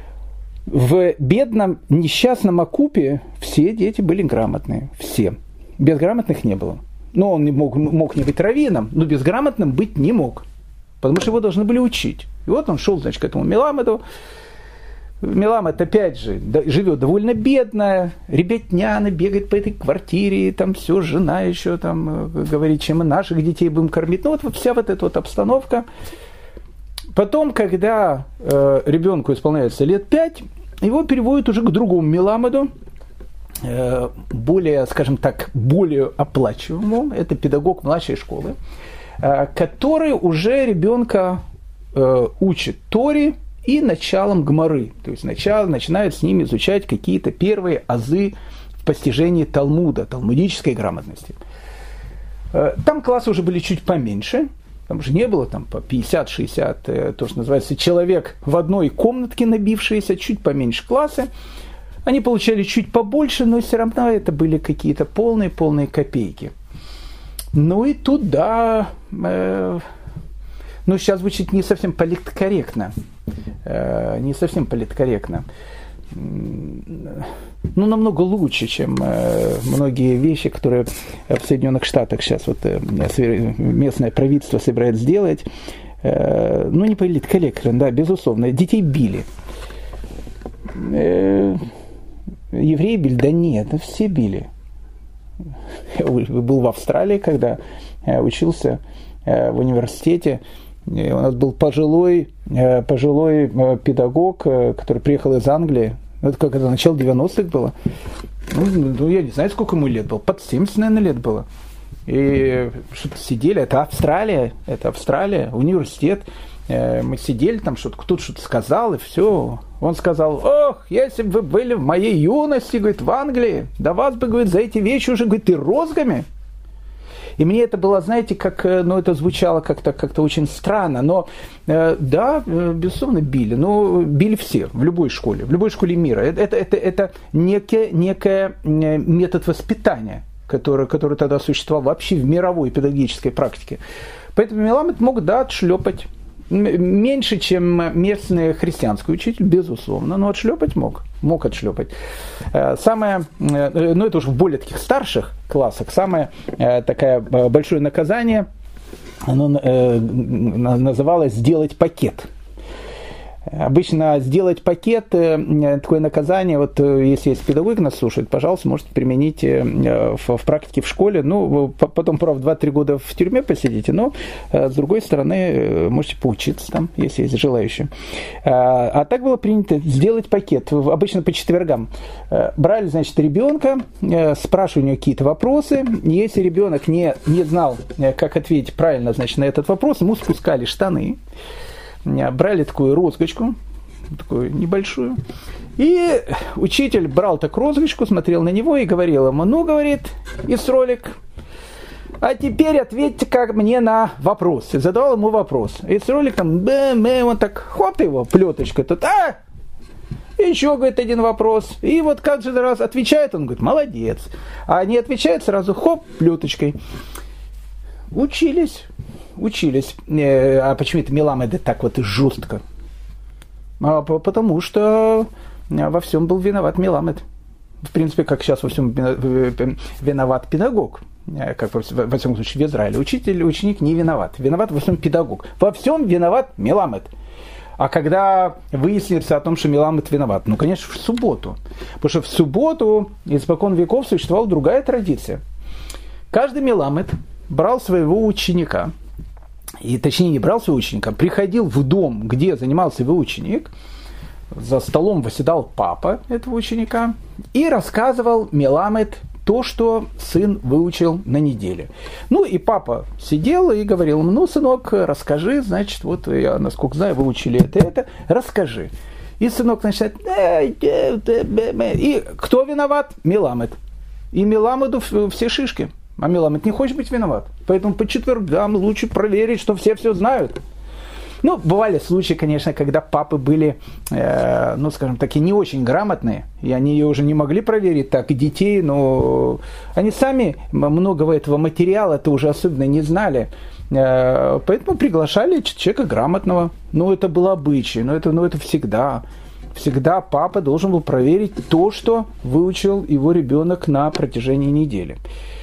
Speaker 1: В бедном, несчастном Акупе все дети были грамотные. Все. Безграмотных не было. Но он мог не быть раввином, но безграмотным быть не мог. Потому что его должны были учить. И вот он шел, значит, к этому Меламеду. Меламед, опять же, живет довольно бедно. Ребятня, она бегает по этой квартире. Там все, жена еще там говорит, чем мы наших детей будем кормить. Ну вот вся вот эта вот обстановка. Потом, когда ребенку исполняется лет 5, его переводят уже к другому Меламеду, более, скажем так, более оплачиваемому. Это педагог младшей школы, который уже ребенка учит Торе и началом Гмары. То есть начинает с ним изучать какие-то первые азы в постижении Талмуда, талмудической грамотности. Там классы уже были чуть поменьше. Там же не было там по 50-60, то, что называется, человек в одной комнатке набившиеся, чуть поменьше классы. Они получали чуть побольше, но все равно это были какие-то полные копейки. Ну и тут, да, ну сейчас звучит не совсем политкорректно. Не совсем политкорректно. Ну, намного лучше, чем многие вещи, которые в Соединенных Штатах сейчас вот местное правительство собирается сделать. Ну, не политкорректно, да, безусловно. Детей били. Евреи били? Да нет, все били. Я был в Австралии, когда учился в университете. И у нас был пожилой педагог, который приехал из Англии. Это как это, начало 90-х было. Ну, я не знаю, сколько ему лет было. Под 70, наверное, лет было. И что-то сидели. Это Австралия, университет. Мы сидели, там кто-то что-то сказал, и все. Он сказал: ох, если бы вы были в моей юности, говорит, в Англии, да вас бы, говорит, за эти вещи уже, говорит, и розгами. И мне это было, знаете, как, ну, это звучало как-то очень странно, но, да, безусловно, били. Но били все, в любой школе мира. Это некий метод воспитания, который тогда существовал вообще в мировой педагогической практике. Поэтому Меламед мог, да, отшлепать меньше, чем местный христианский учитель, безусловно, но отшлепать мог отшлепать. Самое, ну это уже в более таких старших классах, самое такое большое наказание, оно называлось «сделать пакет». Обычно сделать пакет, такое наказание, вот если есть педагог нас слушает, пожалуйста, можете применить в практике в школе. Ну, потом, правда, 2-3 года в тюрьме посидите, но, с другой стороны, можете поучиться там, если есть желающие. А так было принято сделать пакет, обычно по четвергам. Брали, значит, ребенка, спрашивали у него какие-то вопросы. Если ребенок не знал, как ответить правильно, значит, на этот вопрос, ему спускали штаны. Брали такую розгочку, такую небольшую, и учитель брал так розгочку, смотрел на него и говорил ему: ну, говорит, Исролик, а теперь ответьте как мне на вопрос. И задавал ему вопрос. Исролик там, он так, хоп его, плеточкой тут, еще, говорит, один вопрос. И вот как же раз отвечает, он говорит, молодец. А не отвечает, сразу хоп, плеточкой. Учились. А почему это Меламед так вот жестко? Потому что во всем был виноват Меламед. В принципе, как сейчас во всем виноват педагог. Как во всем случае в Израиле. Ученик не виноват. Виноват во всем педагог. Во всем виноват Меламед. А когда выяснится о том, что Меламед виноват? Ну, конечно, в субботу. Потому что в субботу испокон веков существовала другая традиция. Каждый Меламед брал своего ученика, и точнее не брал своего ученика, приходил в дом, где занимался его ученик, за столом восседал папа этого ученика и рассказывал Меламед то, что сын выучил на неделе. Ну и папа сидел и говорил ему: ну, сынок, расскажи, значит, вот я, насколько знаю, выучили это, расскажи. И сынок начинает: и кто виноват? Меламед. И Меламеду все шишки. А Меламед не хочет быть виноват. Поэтому по четвергам лучше проверить, что все знают. Ну, бывали случаи, конечно, когда папы были, ну, скажем так, и не очень грамотные, и они ее уже не могли проверить так, и детей, но они сами многого этого материала-то уже особенно не знали. Поэтому приглашали человека грамотного. Ну, это был обычай, но это всегда. Всегда папа должен был проверить то, что выучил его ребенок на протяжении недели.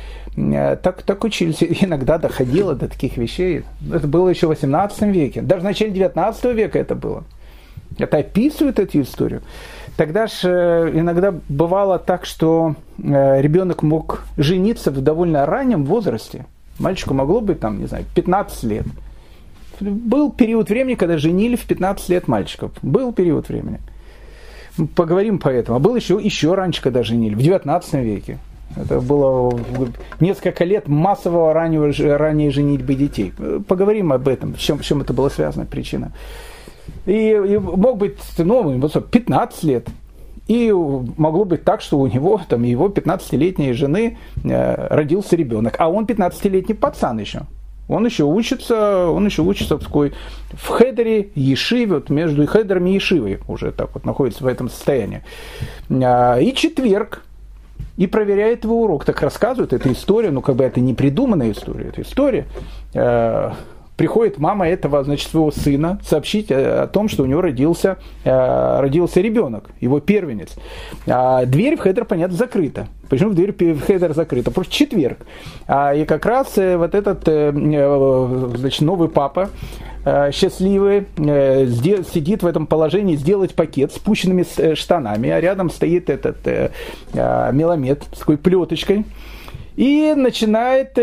Speaker 1: Так учились. Иногда доходило до таких вещей. Это было еще в 18 веке. Даже в начале 19 века это было. Это описывает эту историю. Тогда же иногда бывало так, что ребенок мог жениться в довольно раннем возрасте. Мальчику могло быть, там, не знаю, 15 лет. Был период времени, когда женили в 15 лет мальчиков. Был период времени. Поговорим по этому. А был еще раньше, когда женили, в 19 веке. Это было несколько лет массового ранней женитьбы детей. Поговорим об этом, с чем это было связано, причина. И мог быть, 15 лет. И могло быть так, что у него, там, его 15-летней жены родился ребенок. А он 15-летний пацан еще. Он еще учится в хедере Ешиве, вот между хедером и Ешивой уже так вот находится в этом состоянии. И четверг. И проверяет его урок. Так рассказывают, это история, это не придуманная история, это история. Приходит мама этого, значит, своего сына сообщить о том, что у него родился ребенок, его первенец. А дверь в хедер, понятно, закрыта. Почему дверь в хедер закрыта? Потому что четверг. И как раз вот этот, значит, новый папа, счастливый, сидит в этом положении сделать пакет с спущенными штанами, а рядом стоит этот Меламед с такой плеточкой и начинает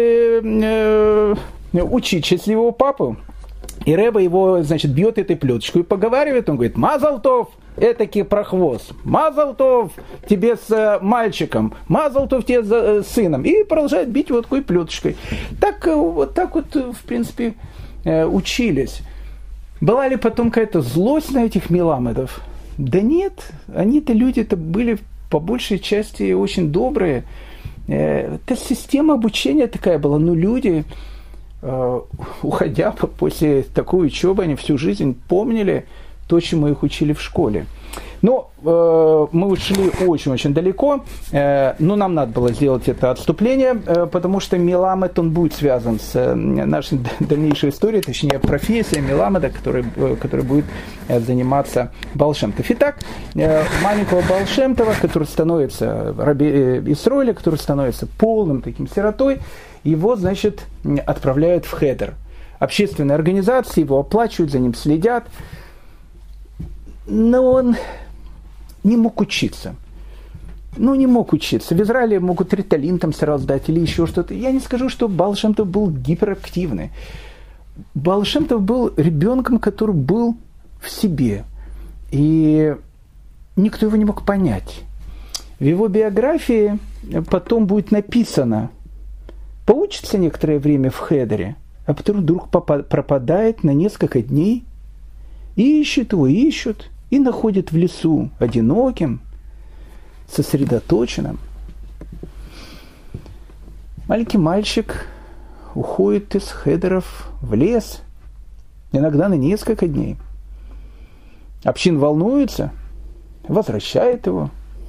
Speaker 1: учить счастливого папу. И Ребе его, значит, бьет этой плеточкой и поговаривает, он говорит: «Мазалтов, этакий прохвост, Мазалтов тебе с мальчиком, Мазалтов тебе с сыном». И продолжает бить вот такой плеточкой. Вот так вот, в принципе, учились. Была ли потом какая-то злость на этих Меламедов? Да нет, они-то люди-то были по большей части очень добрые. Это система обучения такая была, но люди, уходя после такой учебы, они всю жизнь помнили то, чему их учили в школе. Но мы ушли очень-очень далеко, но нам надо было сделать это отступление, потому что Меламед, он будет связан с нашей дальнейшей историей, точнее профессией Меламеда, который будет заниматься Баал Шем Тов. Итак, маленького Баал Шем Това, который становится раби Исроэля, который становится полным таким сиротой, его, значит, отправляют в хедер. Общественные организации его оплачивают, за ним следят, но он не мог учиться. Не мог учиться. В Израиле могут риталин там сразу дать или еще что-то. Я не скажу, что Баал Шем Тов был гиперактивный. Баал Шем Тов был ребенком, который был в себе. И никто его не мог понять. В его биографии потом будет написано: поучится некоторое время в хедере, а потом вдруг пропадает на несколько дней, ищут его, и находит в лесу одиноким, сосредоточенным. Маленький мальчик уходит из хедеров в лес, иногда на несколько дней. Община волнуется, возвращает его.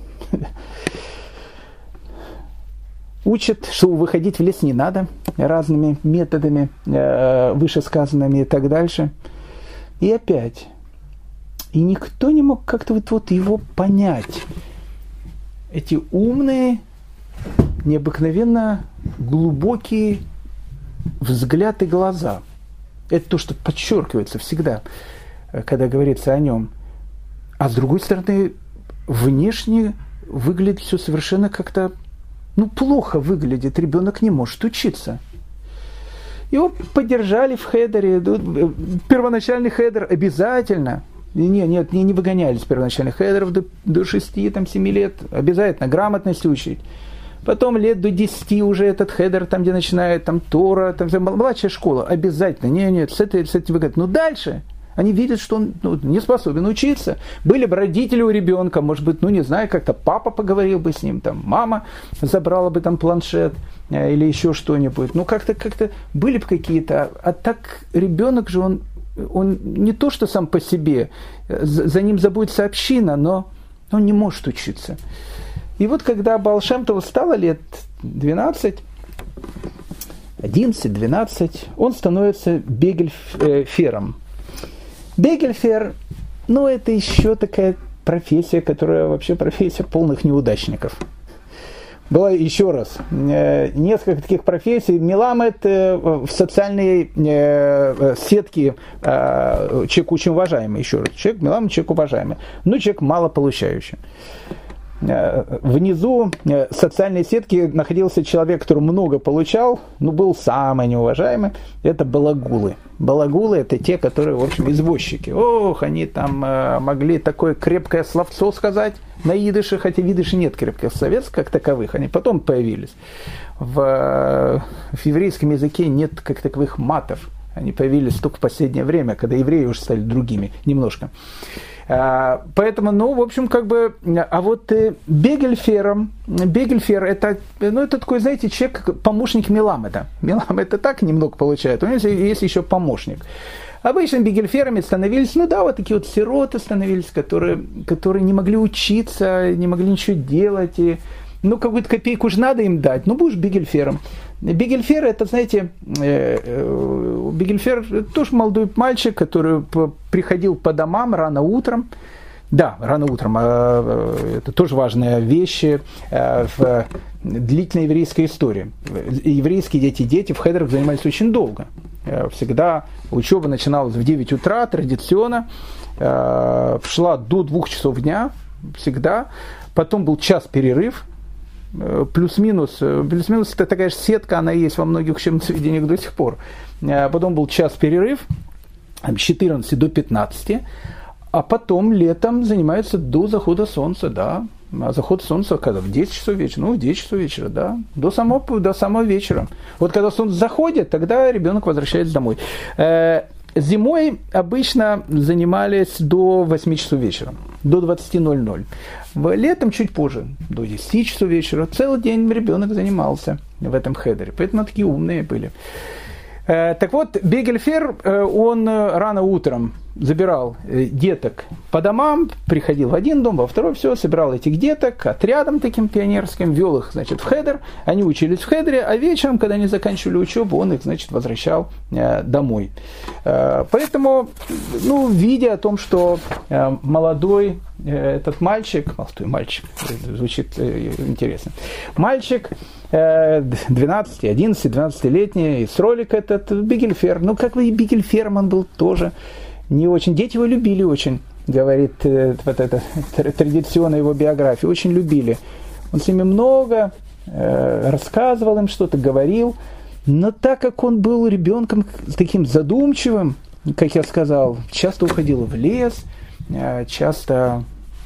Speaker 1: Учат, что выходить в лес не надо разными методами, вышесказанными и так дальше. И опять. И никто не мог как-то вот его понять. Эти умные, необыкновенно глубокие взгляд и глаза. Это то, что подчеркивается всегда, когда говорится о нем. А с другой стороны, внешне выглядит все совершенно как-то, плохо выглядит. Ребенок не может учиться. Его поддержали в хедере. Первоначальный хедер обязательно. Не выгоняли с первоначальных хедеров до 6-7 лет. Обязательно грамотность учить. Потом лет до 10 уже этот хедер, там, где начинает Тора, младшая школа. Обязательно. С этим выгоняют. Но дальше они видят, что он не способен учиться. Были бы родители у ребенка, может быть, не знаю, как-то папа поговорил бы с ним, мама забрала бы планшет или еще что-нибудь. Как-то были бы какие-то. А так ребенок же, он не то, что сам по себе, за ним заботится община, но он не может учиться. И вот когда Баал Шем Тову стало лет 11-12, он становится бегельфером. Бегельфер, это еще такая профессия, которая вообще профессия полных неудачников. Было еще раз несколько таких профессий. Меламед в социальной сетке человек очень уважаемый, еще раз. Меламед человек уважаемый, но человек малополучающий. Внизу социальной сетки находился человек, который много получал, но был самый неуважаемый. Это балагулы. Балагулы – это те, которые, в общем, извозчики. Они там могли такое крепкое словцо сказать на идыше, хотя в идыше нет крепких словец как таковых, они потом появились. В еврейском языке нет как таковых матов. Они появились только в последнее время, когда евреи уже стали другими немножко. Поэтому, в общем, а вот бегельфер это такой, знаете, человек, помощник Меламеда. Меламед так немного получает, у него есть еще помощник. Обычно бегельферами становились, вот такие вот сироты становились, которые не могли учиться, не могли ничего делать, и, какую-то копейку же надо им дать, будешь бегельфером. Бегельфер, это, знаете, бегельфер тоже молодой мальчик, который приходил по домам рано утром. Да, рано утром. Это тоже важная вещь в длительной еврейской истории. Еврейские дети в хедерах занимались очень долго. Всегда учеба начиналась в 9 утра, традиционно. Шла до 2 часов дня, всегда. Потом был час перерыв. Плюс-минус, это такая же сетка, она есть во многих учебных заведениях до сих пор. Потом был час перерыв, с 14 до 15, а потом летом занимаются до захода солнца, да. А заход солнца когда? В 10 часов вечера, в 10 часов вечера, да, до самого вечера. Вот когда солнце заходит, тогда ребенок возвращается домой. Зимой обычно занимались до 8 часов вечера, до 20:00. Летом чуть позже, до 10 часов вечера. Целый день ребенок занимался в этом хедере. Поэтому такие умные были. Так вот, бегельфер, он рано утром забирал деток по домам, приходил в один дом, во второй, все, собирал этих деток отрядом таким пионерским, вел их, значит, в хедер, они учились в хедере, а вечером, когда они заканчивали учебу, он их, значит, возвращал домой. Поэтому, ну, видя о том, что молодой мальчик, звучит интересно, мальчик 12, 11, 12-летний, Исролик этот Бигельфер, ну, как бы и Бигельфером он был тоже не очень. Дети его любили очень, говорит вот эта традиционная его биография, очень любили. Он с ними много рассказывал им что-то, говорил, но так как он был ребенком таким задумчивым, как я сказал, часто уходил в лес, часто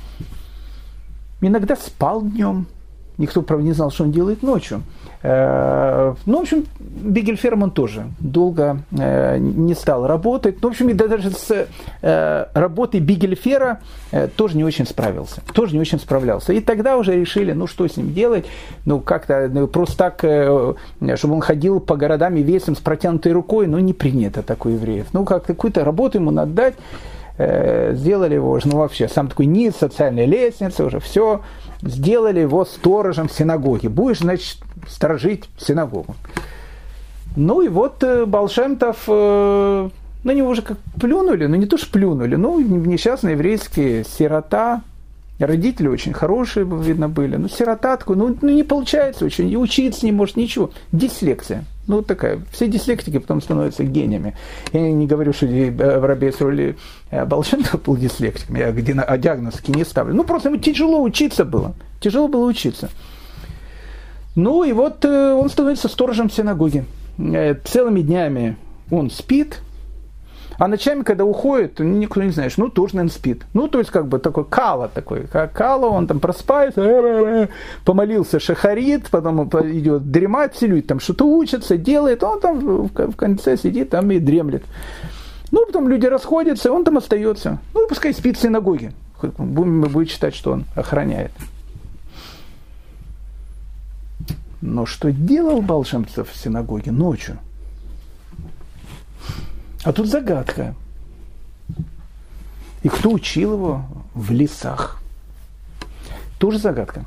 Speaker 1: иногда спал днем. Никто, правда, не знал, что он делает ночью. Ну, в общем, Бигельфером он тоже долго не стал работать. Ну, в общем, даже с работой Бигельфера тоже не очень справился. Тоже не очень справлялся. И тогда уже решили, ну, что с ним делать. Ну, как-то просто так, чтобы он ходил по городам и весям с протянутой рукой, ну, не принято такое у евреев. Ну, как-то какую-то работу ему надо дать. Сделали его уже, ну, вообще, сам такой низ социальной лестницы, уже все. Сделали его сторожем синагоги. Будешь, значит, сторожить синагогу. Ну и вот Баал Шем Тов, на него уже как плюнули, ну не то что плюнули, ну несчастный еврейский сирота, родители очень хорошие, видно, были, но сирота такой, ну не получается очень, и учиться не может, ничего. Дислексия. Ну, вот такая. Все дислектики потом становятся гениями. Я не говорю, что в Раби Исроэль Баал Шем Тов был дислектиком. Я диагноз не ставлю. Ну, просто ему тяжело учиться было. Тяжело было учиться. Ну, и вот он становится сторожем синагоги. Целыми днями он спит, а ночами, когда уходит, никто не знает, ну, тоже, наверное, спит. Ну, то есть, как бы, такой кала такой. Как кала, он там проспается, помолился шахарит, потом идет дремать, все люди там что-то учатся, делает, он там в конце сидит там и дремлет. Ну, потом люди расходятся, он там остается. Ну, и пускай спит в синагоге. Мы будем читать, что он охраняет. Но что делал Баал Шем Тов в синагоге ночью? А тут загадка. И кто учил его в лесах? Тоже загадка.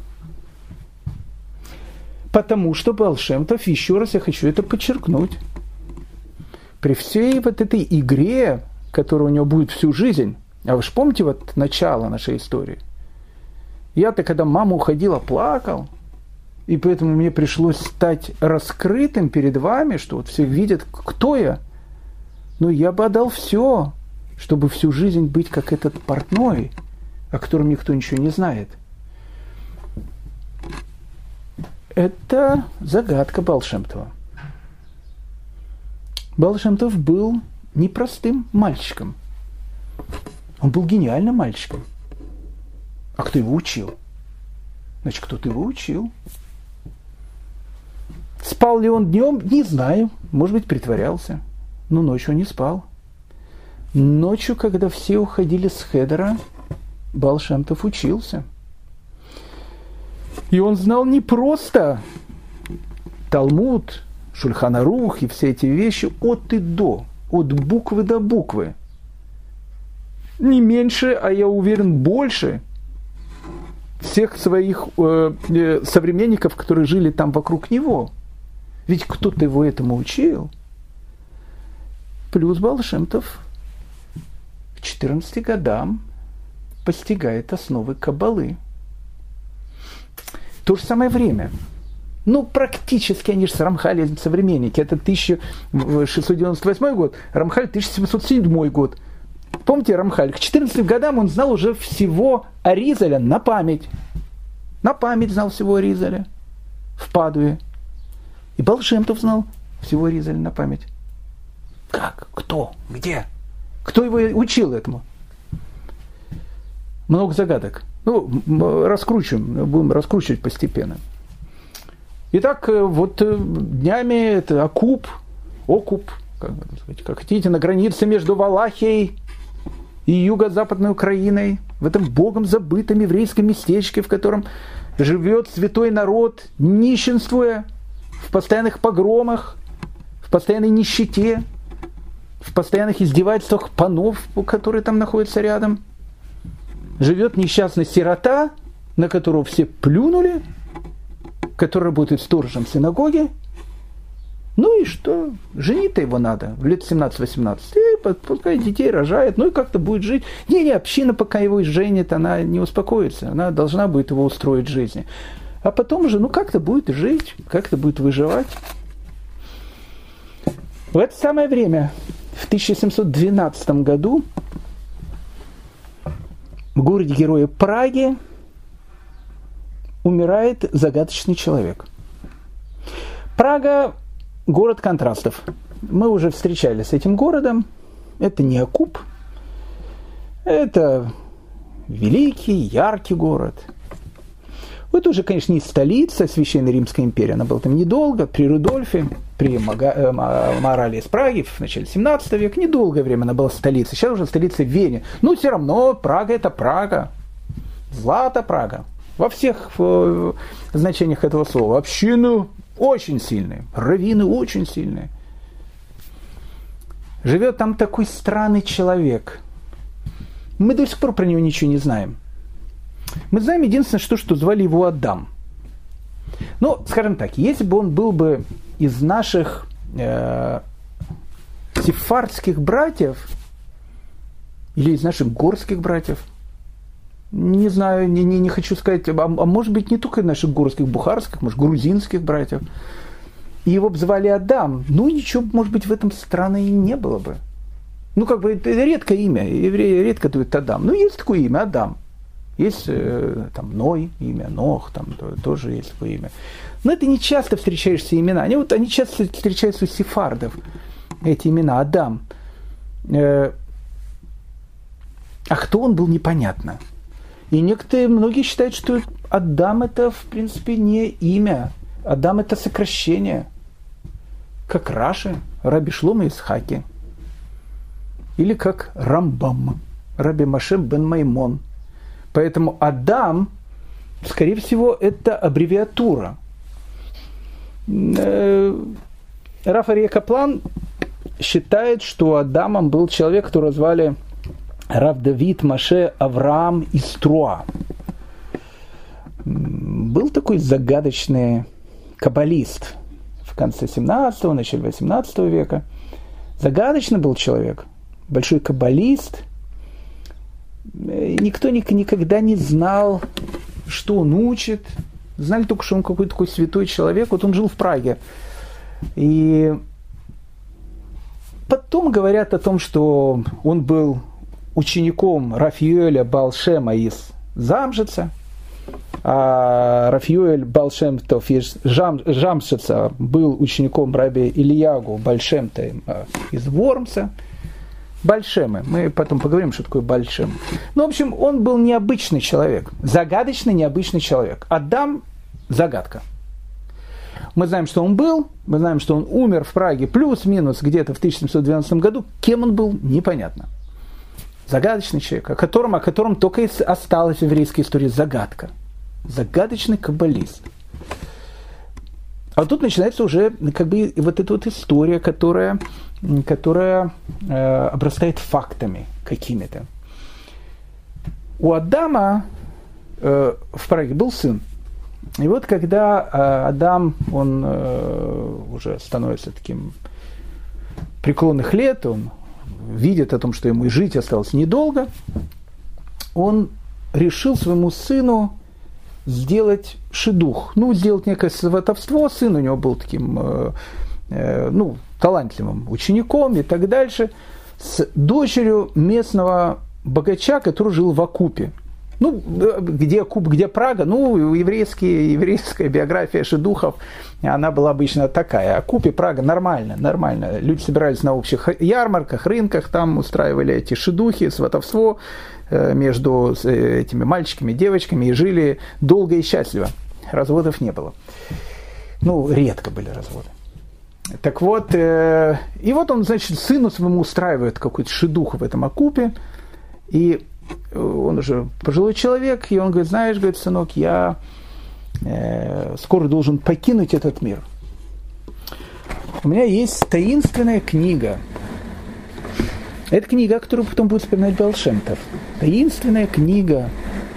Speaker 1: Потому что Баал Шем Тов, еще раз я хочу это подчеркнуть, при всей вот этой игре, которая у него будет всю жизнь, а вы же помните вот начало нашей истории? Я-то, когда мама уходила, плакал, и поэтому мне пришлось стать раскрытым перед вами, что вот все видят, кто я. Но я бы отдал все, чтобы всю жизнь быть как этот портной, о котором никто ничего не знает. Это загадка Баал Шем Това. Баал Шем Тов был непростым мальчиком. Он был гениальным мальчиком. А кто его учил? Значит, кто-то его учил. Спал ли он днем? Не знаю. Может быть, притворялся. Но ночью он не спал. Ночью, когда все уходили с хедера, Баал Шем Тов учился. И он знал не просто Талмуд, Шульхан Арух и все эти вещи от и до, от буквы до буквы. Не меньше, а я уверен, больше всех своих современников, которые жили там вокруг него. Ведь кто-то его этому учил. Плюс Баал Шем Тов к 14 годам постигает основы Каббалы. В то же самое время. Ну, практически они же с Рамхалем современники. Это 1698 год, Рамхаль 1707 год. Помните Рамхаль? К 14 годам он знал уже всего Аризаля на память. На память знал всего Аризаля в Падуе. И Баал Шем Тов знал всего Аризаля на память. Как? Кто? Где? Кто его учил этому? Много загадок. Ну, раскручиваем, будем раскручивать постепенно. Итак, вот днями это Окуп, как хотите, на границе между Валахией и юго-западной Украиной, в этом богом забытом еврейском местечке, в котором живет святой народ, нищенствуя, в постоянных погромах, в постоянной нищете. в постоянных издевательствах панов, которые там находятся рядом. Живет несчастный сирота, на которого все плюнули, который работает сторожем в синагоге. Ну и что? Женить-то его надо в лет 17-18. И пускай детей рожает, ну и как-то будет жить. Не, община, пока его женит, она не успокоится. Она должна будет его устроить в жизни. А потом уже, как-то будет жить, как-то будет выживать. В это самое время, в 1712 году, в городе-герое Праге умирает загадочный человек. Прага – город контрастов. Мы уже встречались с этим городом. Это не Акуп. Это великий, яркий город. Это уже, конечно, не столица Священной Римской империи. Она была там недолго, при Рудольфе, при Морале из Праги в начале 17 века. Недолгое время она была столицей. Сейчас уже столица Вене. Но все равно Прага – это Прага. Злата Прага. Во всех значениях этого слова. Общины очень сильные, раввины очень сильные. Живет там такой странный человек. Мы до сих пор про него ничего не знаем. Мы знаем единственное, что звали его Адам. Ну, скажем так, если бы он был бы из наших сефардских братьев или из наших горских братьев, не знаю, не хочу сказать, а может быть не только наших горских, бухарских, может грузинских братьев, и его бы звали Адам, ничего, может быть, в этом странно и не было бы. Это редкое имя, евреи редко дают Адам. Есть такое имя, Адам. Есть там Ной, имя Нох, там тоже есть такое имя. Но это не часто встречающиеся имена. Они часто встречаются у сефардов, эти имена, Адам. А кто он был, непонятно. И многие считают, что Адам это, в принципе, не имя. Адам это сокращение. Как Раши, Раби Шломо Ицхаки. Или как Рамбам, Раби Моше бен Маймон. Поэтому Адам, скорее всего, это аббревиатура. Раф Арье Каплан считает, что Адамом был человек, которого звали Рав Давид Моше Авраам из Труа. Был такой загадочный каббалист в конце 17-го, начале 18 века. Загадочный был человек, большой каббалист. Никто никогда не знал, что он учит. Знали только, что он какой-то такой святой человек. Он жил в Праге. И потом говорят о том, что он был учеником Рафиоэля Баал Шема из Замжица, а Рафиоэль Баал Шем Тов из Замжица был учеником раби Ильягу Баал Шем Тов из Вормса. Бальшемы. Мы потом поговорим, что такое Бальшем. В общем, он был необычный человек. Загадочный, необычный человек. Адам – загадка. Мы знаем, что он был, мы знаем, что он умер в Праге плюс-минус где-то в 1712 году. Кем он был, непонятно. Загадочный человек, о котором только и осталась в еврейской истории загадка. Загадочный каббалист. А тут начинается уже вот эта вот история, которая обрастает фактами какими-то. У Адама в Праге был сын. И вот когда Адам, он уже становится таким преклонных лет, он видит о том, что ему и жить осталось недолго, он решил своему сыну сделать шидух, сделать некое сватовство. Сын у него был таким, талантливым учеником и так дальше, с дочерью местного богача, который жил в Акупе. Где Акуп, где Прага, еврейская биография шидухов, она была обычно такая. Акуп и Прага нормально. Люди собирались на общих ярмарках, рынках, там устраивали эти шидухи, сватовство между этими мальчиками и девочками и жили долго и счастливо. Разводов не было. Редко были разводы. Так вот, и вот он, сыну своему устраивает какой-то шидух в этом Акупе, и он уже пожилой человек, и он говорит: знаешь, сынок, я скоро должен покинуть этот мир. У меня есть таинственная книга, Это книга, которую потом будет вспоминать Баал Шем Тов. Таинственная книга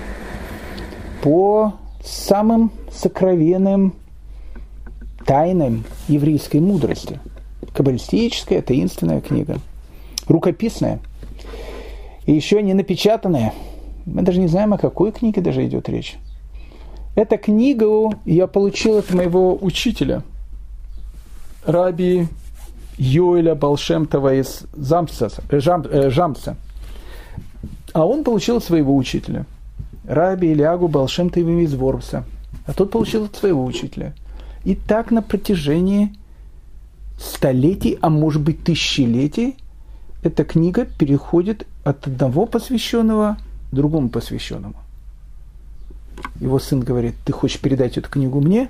Speaker 1: по самым сокровенным тайнам еврейской мудрости. Каббалистическая, таинственная книга. Рукописная. И еще не напечатанная. Мы даже не знаем, о какой книге даже идет речь. Эту книгу я получил от моего учителя, раби Йоэля Баал Шем Това из Жамса. А он получил от своего учителя, раби Илиагу Баал Шем Това из Ворбса. А тот получил от своего учителя. И так на протяжении столетий, а может быть тысячелетий, эта книга переходит от одного посвященного к другому посвященному. Его сын говорит: ты хочешь передать эту книгу мне?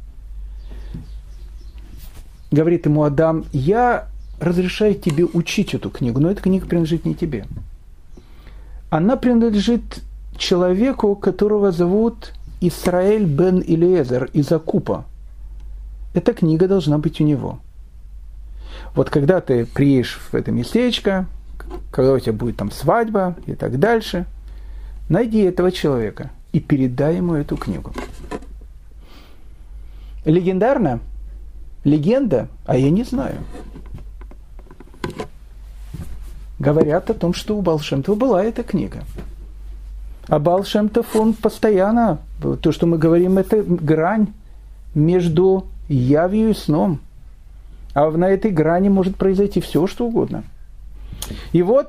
Speaker 1: Говорит ему Адам: я разрешаю тебе учить эту книгу, но эта книга принадлежит не тебе. Она принадлежит человеку, которого зовут Исраэль бен Илиезер из Акупа. Эта книга должна быть у него. Вот когда ты приедешь в это местечко, когда у тебя будет там свадьба и так дальше, найди этого человека и передай ему эту книгу. Легендарно? Легенда? А я не знаю. Говорят о том, что у Баал Шем Това была эта книга. А Баал Шем Тов, он постоянно, то, что мы говорим, это грань между явью и сном. А на этой грани может произойти все, что угодно. И вот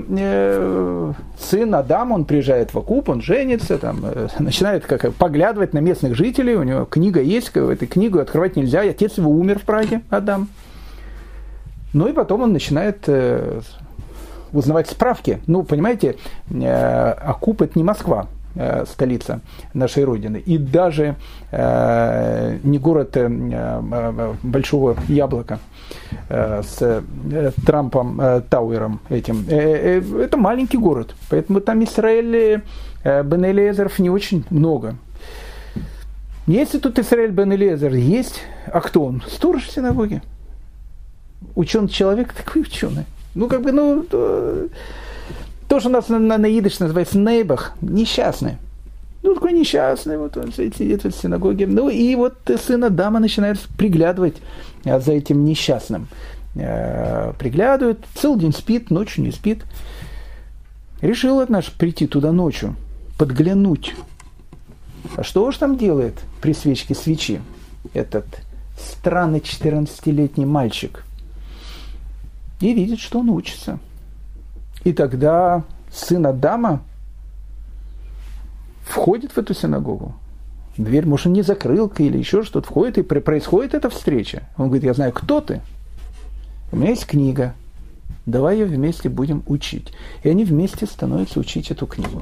Speaker 1: сын Адам, он приезжает в Акуп, он женится, там, начинает поглядывать на местных жителей, у него книга есть, эту книгу открывать нельзя, отец его умер в Праге, Адам. Ну и потом он начинает узнавать справки. Ну, понимаете, Акуп – это не Москва, столица нашей Родины. И даже не город Большого Яблока с Трампом Тауэром этим. Это маленький город. Поэтому там Исраэль бен Элиезеров не очень много. Если тут Исраэль бен Элиезер есть, а кто он? Сторож синагоги. Ученый человек, такой ученый. Ну, как бы, ну, то, что у нас на идыш называется нейбах, несчастный. Ну, такой несчастный, вот он сидит в синагоге. Ну, и вот сын Адама начинает приглядывать за этим несчастным. Приглядывает, целый день спит, ночью не спит. Решил это наш прийти туда ночью, подглянуть. А что уж там делает при свечке свечи этот странный 14-летний мальчик? И видит, что он учится. И тогда сын Адама входит в эту синагогу. Дверь, может, он не закрыл или еще что-то, входит, и происходит эта встреча. Он говорит: я знаю, кто ты. У меня есть книга. Давай ее вместе будем учить. И они вместе становятся учить эту книгу.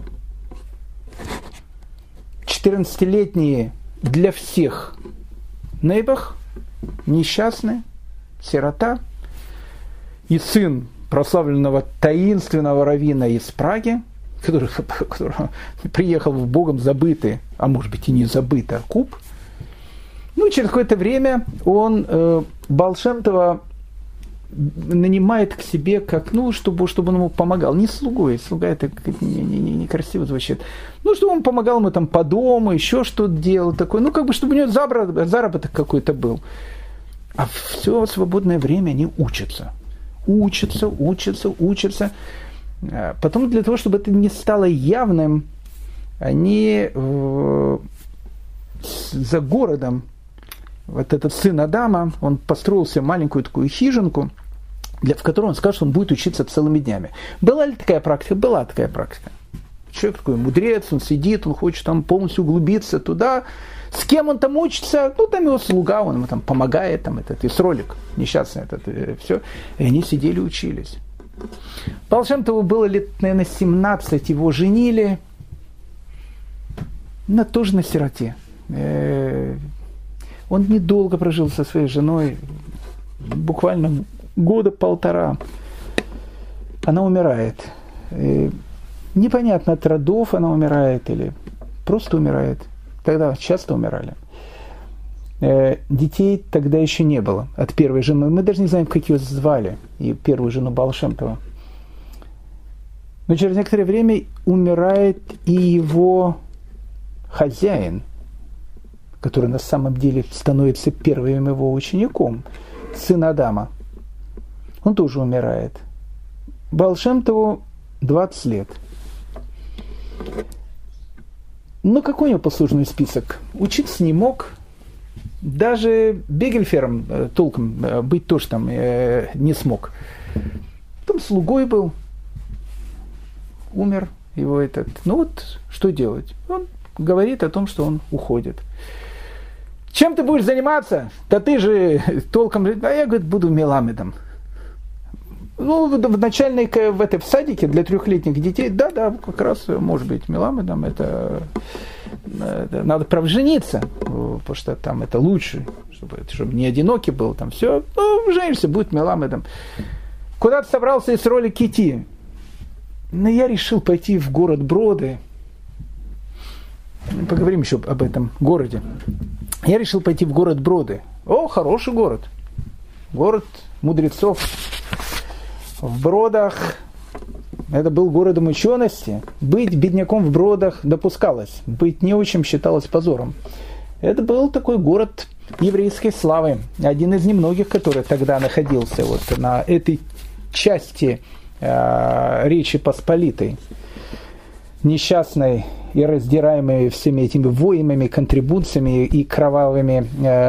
Speaker 1: 14-летние для всех нейбах, несчастный, сирота, и сын прославленного таинственного раввина из Праги, который приехал в Богом забытый, а может быть и не забытый Акуп. Ну, через какое-то время он Баал Шем Това нанимает к себе, как, ну, чтобы он ему помогал. Не слугой, слуга это некрасиво звучит. Ну, чтобы он помогал ему там по дому, еще что-то делал такое. Ну, как бы, чтобы у него заработок какой-то был. А все свободное время они учатся. Учатся. Потом для того, чтобы это не стало явным, они за городом, вот этот сын Адама, он построил себе маленькую такую хижинку, в которой он сказал, что он будет учиться целыми днями. Была ли такая практика? Была такая практика. Человек такой мудрец, он сидит, он хочет там полностью углубиться туда. С кем он там учится? Ну, там его слуга, он ему там помогает, там этот Исролик, несчастный этот, все. И они сидели, учились. Баал Шем Това было лет, наверное, 17, его женили, но тоже на сироте. Он недолго прожил со своей женой, буквально года полтора. Она умирает. Непонятно, от родов она умирает или просто умирает. Тогда часто умирали. Детей тогда еще не было от первой жены. Мы даже не знаем, как ее звали, и первую жену Баал Шем Това. Но через некоторое время умирает и его хозяин, который на самом деле становится первым его учеником, сын Адама. Он тоже умирает. Баал Шем Тову 20 лет. Но какой у него послужной список? Учиться не мог. Даже бегельфером толком быть тоже там не смог. Там слугой был. Умер его этот. Ну вот, что делать? Он говорит о том, что он уходит. Чем ты будешь заниматься? Да ты же толком... А я, говорит, буду меламедом. Ну, в начальной, в садике для 3-летних детей, да, как раз может быть меламедом, это надо право жениться, потому что там это лучше, чтобы не одинокий был, там все, ну, женишься, будет меламедом. Куда ты собрался из роли идти? Но я решил пойти в город Броды. Поговорим еще об этом городе. Я решил пойти в город Броды. О, хороший город. Город мудрецов. В Бродах это был городом учености. Быть бедняком в Бродах допускалось. Быть неучим считалось позором. Это был такой город еврейской славы. Один из немногих, который тогда находился вот на этой части Речи Посполитой. Несчастной и раздираемой всеми этими воинами, контрибуциями и кровавыми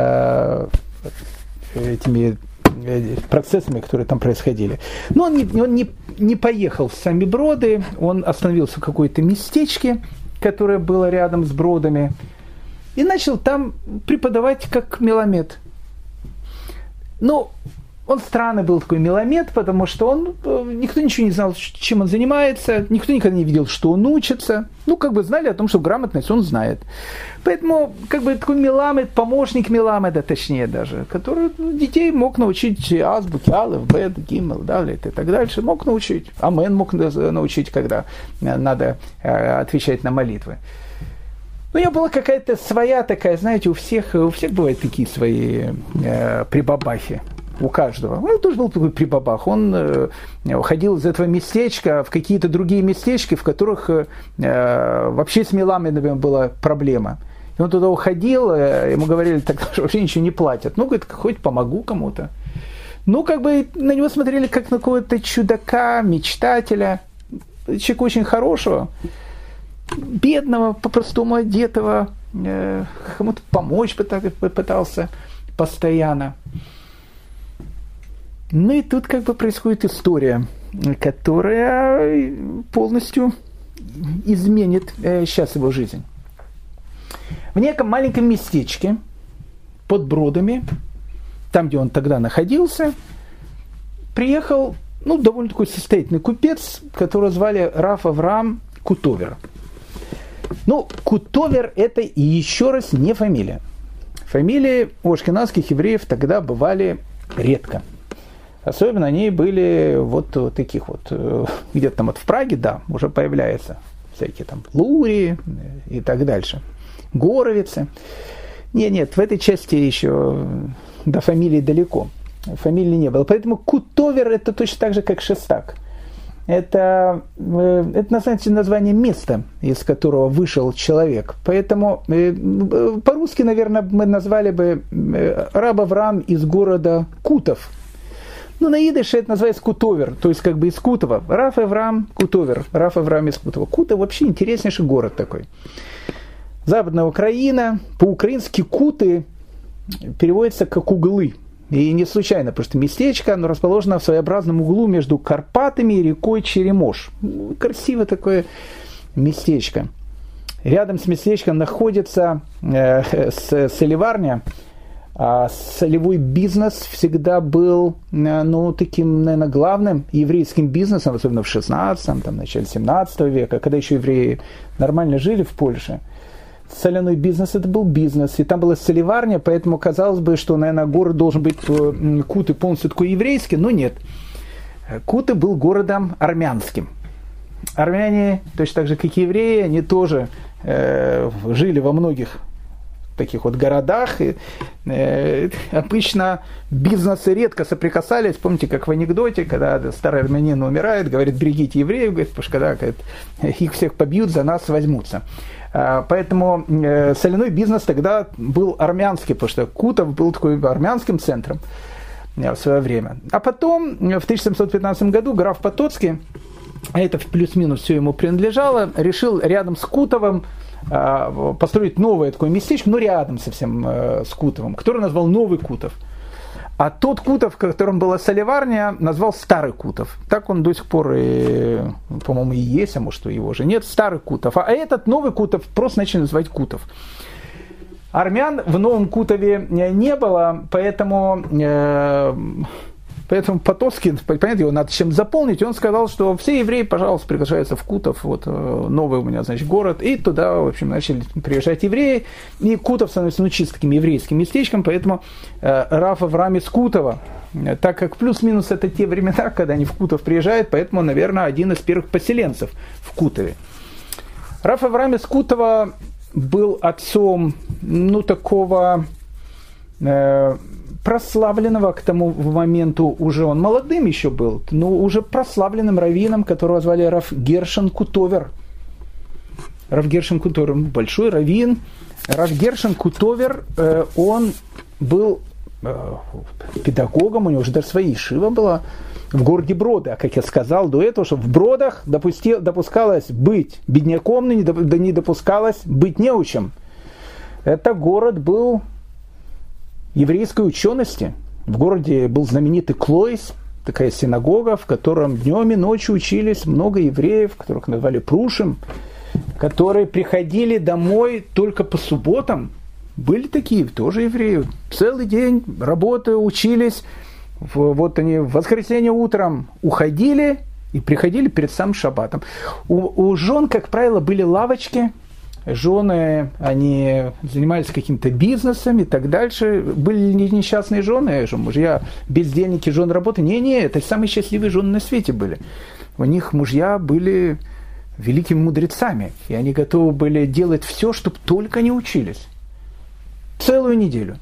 Speaker 1: этими процессами, которые там происходили. Но он не поехал в сами Броды, он остановился в какой-то местечке, которое было рядом с Бродами, и начал там преподавать как меламед. Ну, он странный был такой меламед, потому что никто ничего не знал, чем он занимается, никто никогда не видел, что он учится. Ну, как бы знали о том, что грамотность он знает. Поэтому, как бы такой меламед, помощник меламеда, точнее даже, который детей мог научить азбуке, алеф, бет, гимел, далее и так дальше, мог научить. Амен мог научить, когда надо отвечать на молитвы. У него была какая-то своя такая, знаете, у всех бывают такие свои прибабахи. У каждого. Он тоже был такой прибабах. Он ходил из этого местечка в какие-то другие местечки, в которых вообще с меламедами была проблема. И он туда уходил, ему говорили, так что вообще ничего не платят. Ну, говорит, хоть помогу кому-то. Ну, как бы на него смотрели как на какого-то чудака, мечтателя, человека очень хорошего, бедного, по-простому одетого, кому-то помочь пытался постоянно. Ну и тут как бы происходит история, которая полностью изменит сейчас его жизнь. В неком маленьком местечке под Бродами, там, где он тогда находился, приехал довольно такой состоятельный купец, которого звали Раф Авраам Кутовер. Кутовер это и еще раз не фамилия. Фамилии у ашкеназских евреев тогда бывали редко. Особенно они были вот таких вот, где-то там вот в Праге, да, уже появляются всякие там Лури и так дальше, Горовицы. Нет, в этой части еще до фамилии далеко, фамилии не было. Поэтому Кутовер это точно так же, как Шестак. Это название места, из которого вышел человек. Поэтому по-русски, наверное, мы назвали бы Раб Авраам из города Кутов. На идыше это называется Кутовер, то есть как бы из Кутова. Раф Авраам Кутовер, Раф Авраам из Кутова. Кутов вообще интереснейший город такой. Западная Украина, по-украински Куты переводится как углы. И не случайно, потому что местечко, оно расположено в своеобразном углу между Карпатами и рекой Черемош. Красивое такое местечко. Рядом с местечком находится соливарня. А солевой бизнес всегда был, таким, наверное, главным еврейским бизнесом, особенно в 16-м, там, начале 17 века, когда еще евреи нормально жили в Польше. Соляной бизнес это был бизнес, и там была солеварня, поэтому казалось бы, что, наверное, город должен быть Куты полностью такой еврейский, но нет. Куты был городом армянским. Армяне, точно так же, как и евреи, они тоже жили во многих таких вот городах. И, обычно бизнесы редко соприкасались. Помните, как в анекдоте, когда старый армянин умирает, говорит, берегите евреев, говорит, потому что когда говорит, их всех побьют, за нас возьмутся. Поэтому соляной бизнес тогда был армянский, потому что Кутов был такой армянским центром в свое время. А потом, в 1715 году, граф Потоцкий, а это плюс-минус все ему принадлежало, решил рядом с Кутовым построить новое такое местечко, но рядом совсем с Кутовым, который назвал Новый Кутов. А тот Кутов, в котором была солеварня, назвал Старый Кутов. Так он до сих пор, по-моему, и есть, а может, его уже нет, Старый Кутов. А этот Новый Кутов просто начали называть Кутов. Армян в Новом Кутове не было, поэтому Потоцкий, понятно, его надо чем заполнить, и он сказал, что все евреи, пожалуйста, приглашаются в Кутов, вот новый у меня, значит, город, и туда, в общем, начали приезжать евреи, и Кутов становится, чисто таким еврейским местечком, поэтому Рав Авраам из Кутова, так как плюс-минус это те времена, когда они в Кутов приезжают, поэтому, наверное, один из первых поселенцев в Кутове. Рав Авраам из Кутова был отцом, такого прославленного к тому моменту, уже он молодым еще был, но уже прославленным раввином, которого звали Рав Гершон Кутовер. Рав Гершон Кутовер, большой раввин. Рав Гершон Кутовер, он был педагогом, у него уже даже своя ешива была в городе Броды. А как я сказал до этого, что в Бродах допускалось быть бедняком, но не допускалось быть неучем. Это город был еврейской учености. В городе был знаменитый Клойс, такая синагога, в котором днем и ночью учились много евреев, которых назвали прушим, которые приходили домой только по субботам. Были такие тоже евреи. Целый день работы, учились. Вот они в воскресенье утром уходили и приходили перед самым шаббатом. У жен, как правило, были лавочки. Жены, они занимались каким-то бизнесом и так дальше. Были несчастные жены, мужья, бездельники, жены работы. Не, это самые счастливые жены на свете были. У них мужья были великими мудрецами, и они готовы были делать все, чтобы только не учились. Целую неделю.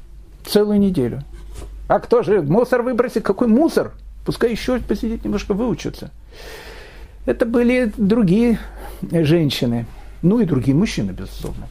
Speaker 1: А кто же мусор выбросит? Какой мусор? Пускай еще посидит, немножко выучатся. Это были другие женщины. И другие мужчины, безусловно.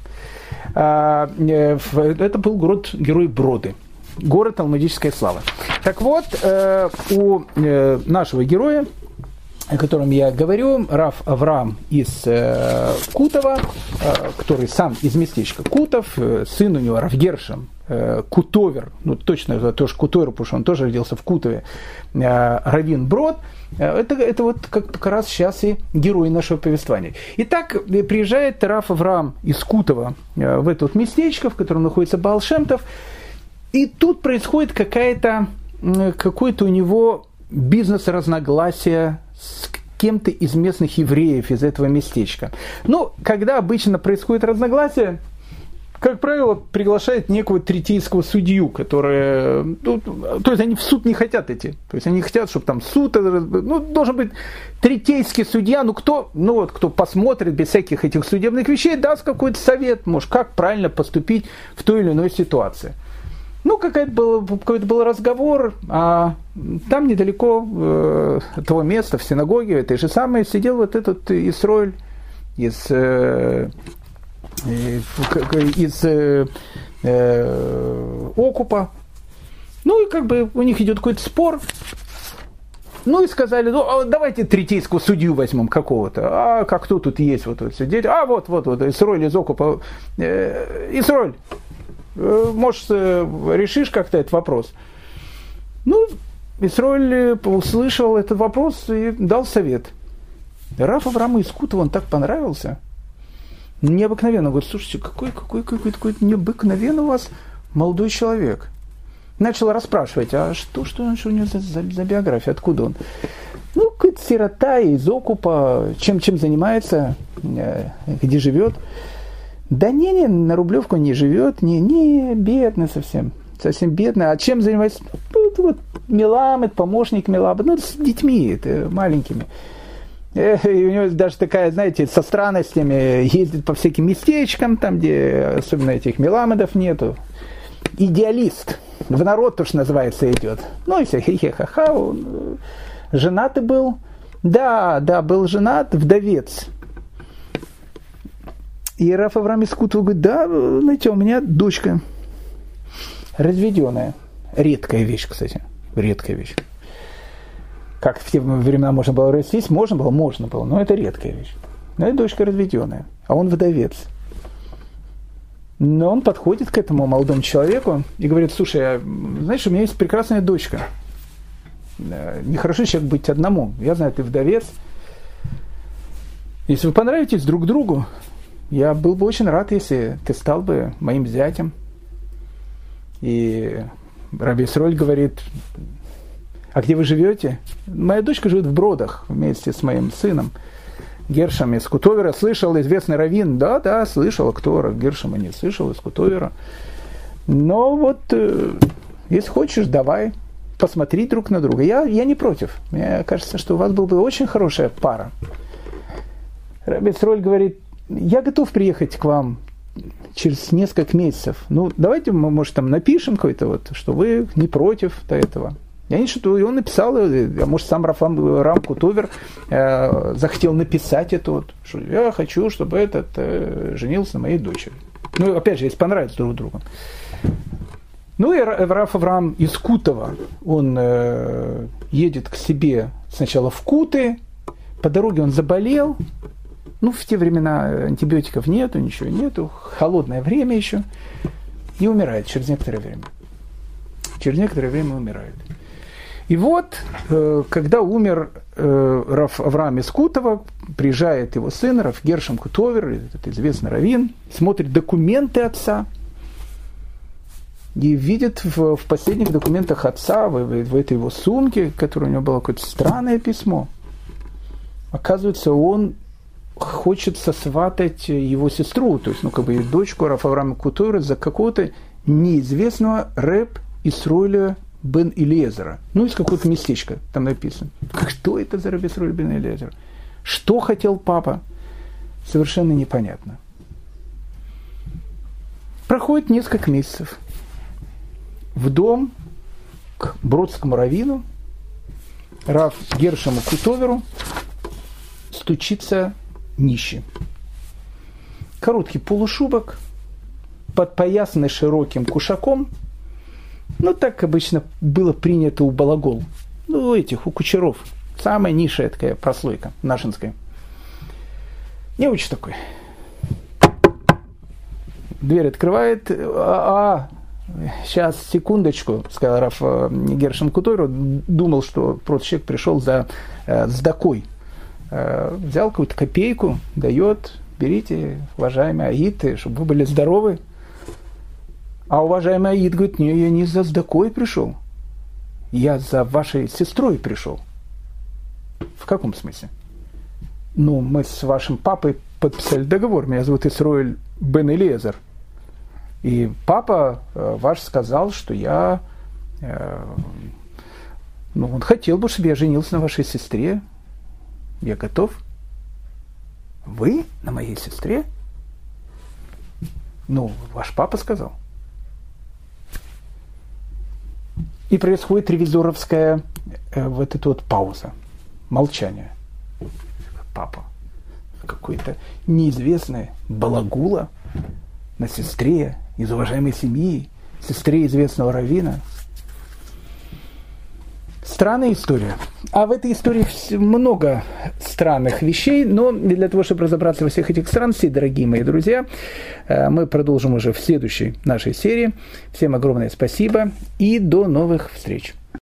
Speaker 1: Это был город-герой Броды. Город талмудической славы. Так вот, у нашего героя, о котором я говорю, Рав Авраам из Кутова, который сам из местечка Кутов, сын у него Рав Гершон Кутовер, точно тоже Кутовер, потому что он тоже родился в Кутове, раввин Брод, это вот как раз сейчас и герой нашего повествования. Итак, приезжает Рав Авраам из Кутова в это вот местечко, в котором находится Баал Шем Тов, и тут происходит какое-то у него бизнес-разногласие с кем-то из местных евреев из этого местечка. Когда обычно происходит разногласие, как правило, приглашает некого третейского судью, который... то есть они в суд не хотят идти. То есть они хотят, чтобы там суд... должен быть третейский судья, кто посмотрит без всяких этих судебных вещей, даст какой-то совет, может, как правильно поступить в той или иной ситуации. Какой-то был разговор, а там недалеко от того места, в синагоге, этой же самой, сидел вот этот Исроэль из Окупа. У них идет какой-то спор. И сказали, давайте третейского судью возьмем какого-то. А кто тут есть вот сидеть? Вот, Исроэль из Окупа. Исроэль, может, решишь как-то этот вопрос? Исроэль услышал этот вопрос и дал совет. Рав Авраам из Кутова, он так понравился. Необыкновенно. Говорит, слушайте, какой необыкновенный у вас молодой человек. Начал расспрашивать, а что у него за биография, откуда он? Какой-то сирота из Окупа, чем занимается, где живет. Да не, на Рублевку не живет, не бедный совсем бедный. А чем занимается? Меламед, помощник Меламед, с детьми маленькими. И у него даже такая, знаете, со странностями, ездит по всяким местечкам, там, где особенно этих меламедов нету. Идеалист. В народ тоже называется идет. Ну и все, хе-хе-ха-ха. Он женатый был. Да, был женат, вдовец. И Раф Авраам из Кутова говорит, да, знаете, у меня дочка разведенная. Редкая вещь, кстати. Редкая вещь. Как в те времена можно было развестись? Можно было, но это редкая вещь. Но это дочка разведенная, а он вдовец. Но он подходит к этому молодому человеку и говорит, слушай, знаешь, у меня есть прекрасная дочка. Нехорошо человек быть одному. Я знаю, ты вдовец. Если вы понравитесь друг другу, я был бы очень рад, если ты стал бы моим зятем. И Раби Исроль говорит, а где вы живете? Моя дочка живет в Бродах вместе с моим сыном Гершом из Кутовера. Слышал известный раввин? Да, слышал. Кто Гершома не слышал из Кутовера? Но вот, если хочешь, давай посмотри друг на друга. Я не против. Мне кажется, что у вас была бы очень хорошая пара. Раби Исроль говорит, я готов приехать к вам через несколько месяцев. Ну, давайте мы, может, там напишем какой-то вот, что вы не против до этого. Я не шуту, и он написал, а может, сам Рам Кутовер захотел написать это вот, что я хочу, чтобы этот женился на моей дочери. Ну, опять же, если понравится друг другу. Ну, и Раф Авраам из Кутова, он едет к себе сначала в Куты, по дороге он заболел. Ну, в те времена антибиотиков нету, ничего нету, холодное время еще, и умирает через некоторое время. Через некоторое время умирает. И вот, когда умер Рав Авраам из Кутова, приезжает его сын, Рав Гершом Кутовер, этот известный раввин, смотрит документы отца, и видит в последних документах отца, в этой его сумке, в которой у него было какое-то странное письмо. Оказывается, он хочет сосватать его сестру, то есть, дочку Рав Авраама Кутовера за какого-то неизвестного Реб Исроэля бен Элиезера. Ну, из какого-то местечка там написано. Кто это за Реб Исроэль бен Элиезер? Что хотел папа? Совершенно непонятно. Проходит несколько месяцев. В дом к бродскому раввину Рав Гершому Кутоверу стучится нищий. Короткий полушубок, подпоясанный широким кушаком. Ну, так обычно было принято у балагол. Ну, у кучеров. Самая низшая такая прослойка нашинская. Не очень такой. Дверь открывает. Сейчас, секундочку, сказал Рав Гершом Кутойру. Думал, что просто человек пришел за сдакой. Взял какую-то копейку, дает, берите, уважаемый Аид, чтобы вы были здоровы. А уважаемый Аид говорит, не, я не за сдакой пришел, я за вашей сестрой пришел. В каком смысле? Ну, мы с вашим папой подписали договор, меня зовут Исроэль бен Элиезер. И папа ваш сказал, что я... он хотел бы, чтобы я женился на вашей сестре. Я готов. Вы на моей сестре? Ну, ваш папа сказал. И происходит ревизоровская вот эта вот пауза. Молчание. Папа. Какой-то неизвестный балагула на сестре из уважаемой семьи, сестре известного раввина. Странная история. А в этой истории много странных вещей, но для того, чтобы разобраться во всех этих странностях, дорогие мои друзья, мы продолжим уже в следующей нашей серии. Всем огромное спасибо и до новых встреч.